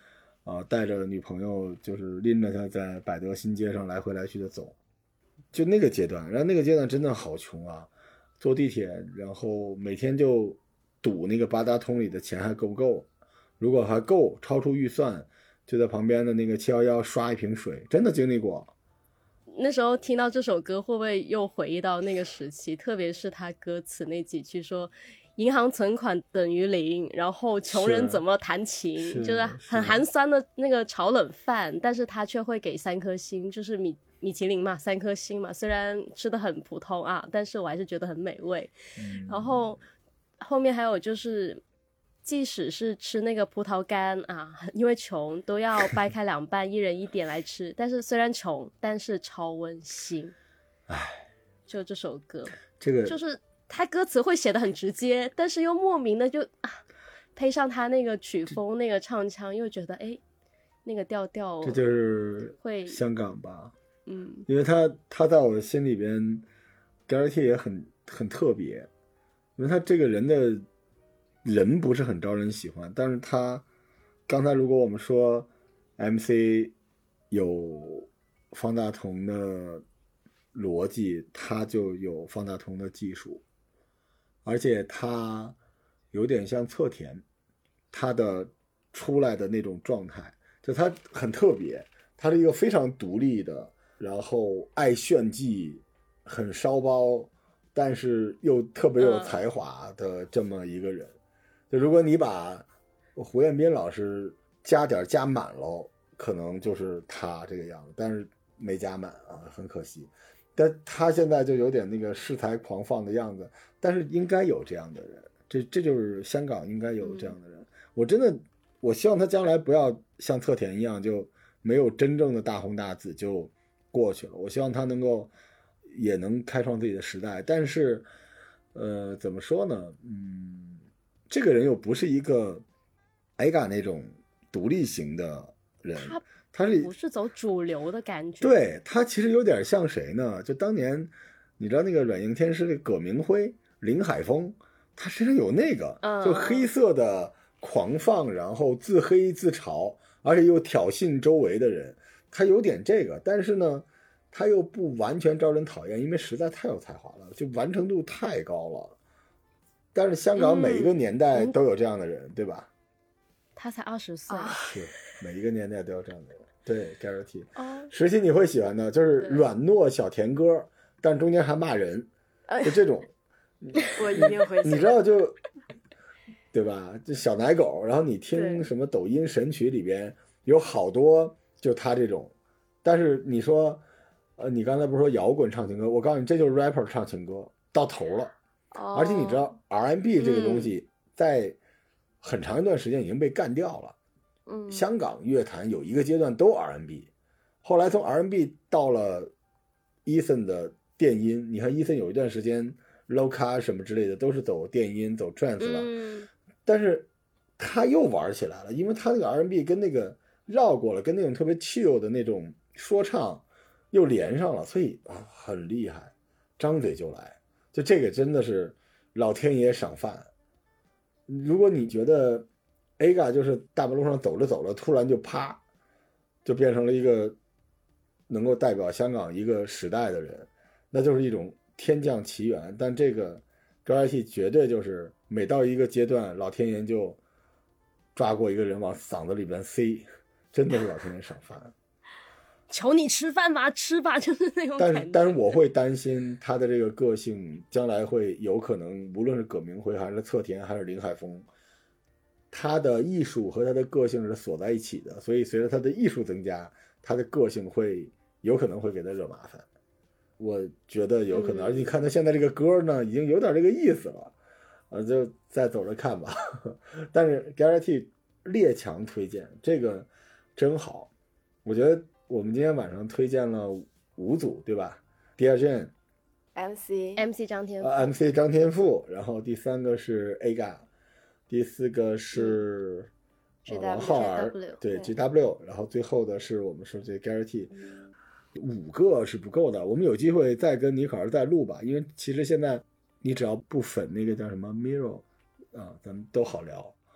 啊，带着女朋友就是拎着他在百德新街上来回来去的走，就那个阶段，然后那个阶段真的好穷啊，坐地铁，然后每天就赌那个八达通里的钱还够不够，如果还够，超出预算，就在旁边的那个七一一刷一瓶水，真的经历过。 那时候听到这首歌会不会又回忆到那个时期，特别是他歌词那几句说银行存款等于零，然后穷人怎么弹琴，是就是很寒酸的那个炒冷饭，但是他却会给三颗星，就是米米其林嘛，三颗星嘛，虽然吃的很普通啊，但是我还是觉得很美味、嗯、然后后面还有就是即使是吃那个葡萄干啊，因为穷都要掰开两半一人一点来吃，但是虽然穷但是超温馨。唉，就这首歌这个就是他歌词会写得很直接，但是又莫名的就啊，配上他那个曲风那个唱腔，又觉得哎，那个调调这就是会香港吧。嗯，因为他他在我心里边 Gareth 也很很特别，因为他这个人的人不是很招人喜欢，但是他刚才如果我们说 M C 有方大同的逻辑，他就有方大同的技术，而且他有点像侧田，他的出来的那种状态就他很特别，他是一个非常独立的，然后爱炫技，很烧包，但是又特别有才华的这么一个人、嗯、就如果你把胡彦斌老师加点加满了，可能就是他这个样子，但是没加满啊，很可惜。但他现在就有点那个恃才狂放的样子，但是应该有这样的人，这这就是香港应该有这样的人、嗯、我真的我希望他将来不要像侧田一样就没有真正的大红大紫就过去了，我希望他能够也能开创自己的时代，但是呃怎么说呢，嗯，这个人又不是一个 A G A 那种独立型的人， 他他是不是走主流的感觉， 对，他其实有点像谁呢，就当年你知道那个软硬天师那个葛明辉林海峰，他身上有那个、嗯、就黑色的狂放，然后自黑自嘲，而且又挑衅周围的人，他有点这个，但是呢他又不完全招人讨厌，因为实在太有才华了，就完成度太高了。但是香港每一个年代都有这样的人、嗯、对吧， 他才二十岁， 是每一个年代都有这样的人。对 Gareth 实期你会喜欢的就是软糯小甜歌，但中间还骂人，就这种我一定会喜欢， 你知道就对吧，就小奶狗，然后你听什么抖音神曲里边有好多就他这种，但是你说呃，你刚才不是说摇滚唱情歌，我告诉你这就是 rapper 唱情歌到头了、哦、而且你知道 R and B 这个东西在很长一段时间已经被干掉了、嗯、香港乐坛有一个阶段都 R and B， 后来从 R and B 到了 Eason 的电音，你看 Eason 有一段时间 Loca 什么之类的都是走电音走 trance 了、嗯、但是他又玩起来了，因为他那个 R and B 跟那个绕过了，跟那种特别 chill 的那种说唱又连上了，所以、啊、很厉害，张嘴就来，就这个真的是老天爷赏饭。如果你觉得 A G A 就是大马路上走着走着突然就啪就变成了一个能够代表香港一个时代的人，那就是一种天降奇缘，但这个 Gareth 绝对就是每到一个阶段老天爷就抓过一个人往嗓子里边塞，真的是老天爷赏饭。 求你吃饭吧，吃吧，就是那种感觉。 但是，但是我会担心他的这个个性将来会有可能，无论是葛明辉还是侧田还是林海峰，他的艺术和他的个性是锁在一起的，所以随着他的艺术增加，他的个性会有可能会给他惹麻烦。我觉得有可能，嗯、而且你看他现在这个歌呢，已经有点这个意思了，啊，就再走着看吧。但是 Gareth 列强推荐这个真好，我觉得。我们今天晚上推荐了五组，对吧？第二件 M C M C 张天赋、 呃、M C 张天赋，然后第三个是 A G A， 第四个是、嗯呃、王浩儿，对 G W， 然后最后的是我们说这 Gareth、嗯、五个是不够的，我们有机会再跟尼可儿再录吧，因为其实现在你只要不粉那个叫什么 Mirror 啊，咱们都好聊。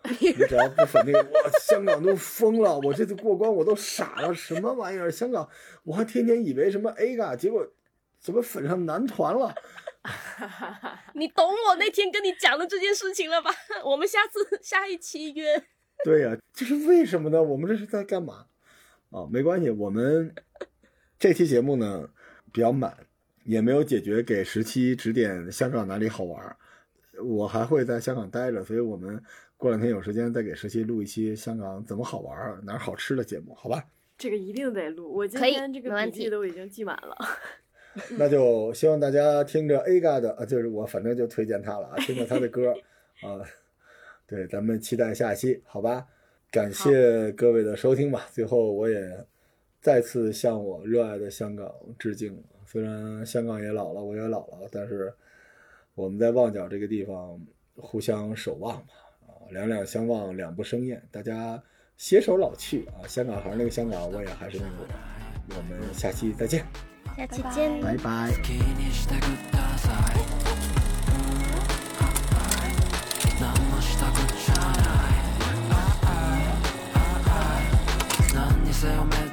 你只要不粉那个，哇，香港都疯了！我这次过关我都傻了，什么玩意儿？香港，我还天天以为什么 A 嘎，结果怎么粉上男团了？ 你懂我那天跟你讲的这件事情了吧？我们下次下一期约。 对呀、啊，这是为什么呢？我们这是在干嘛？啊，没关系，我们这期节目呢比较满，也没有解决给十七指点香港哪里好玩。我还会在香港待着，所以我们过两天有时间再给十七录一期香港怎么好玩、哪儿好吃的节目，好吧？ 这个一定得录，我今天这个笔记都已经记满了。 那就希望大家听着 A 嘎的啊，就是我反正就推荐他了啊，听着他的歌啊，对，咱们期待下期，好吧？感谢各位的收听吧。最后我也再次向我热爱的香港致敬。虽然香港也老了，我也老了，但是我们在旺角这个地方互相守望吧，啊，两两相望，两不生厌，大家携手老去啊！香港还是那个香港，我也还是那个我。我们下期再见。 下期见， 拜拜。何もしたくちゃない何にせよめ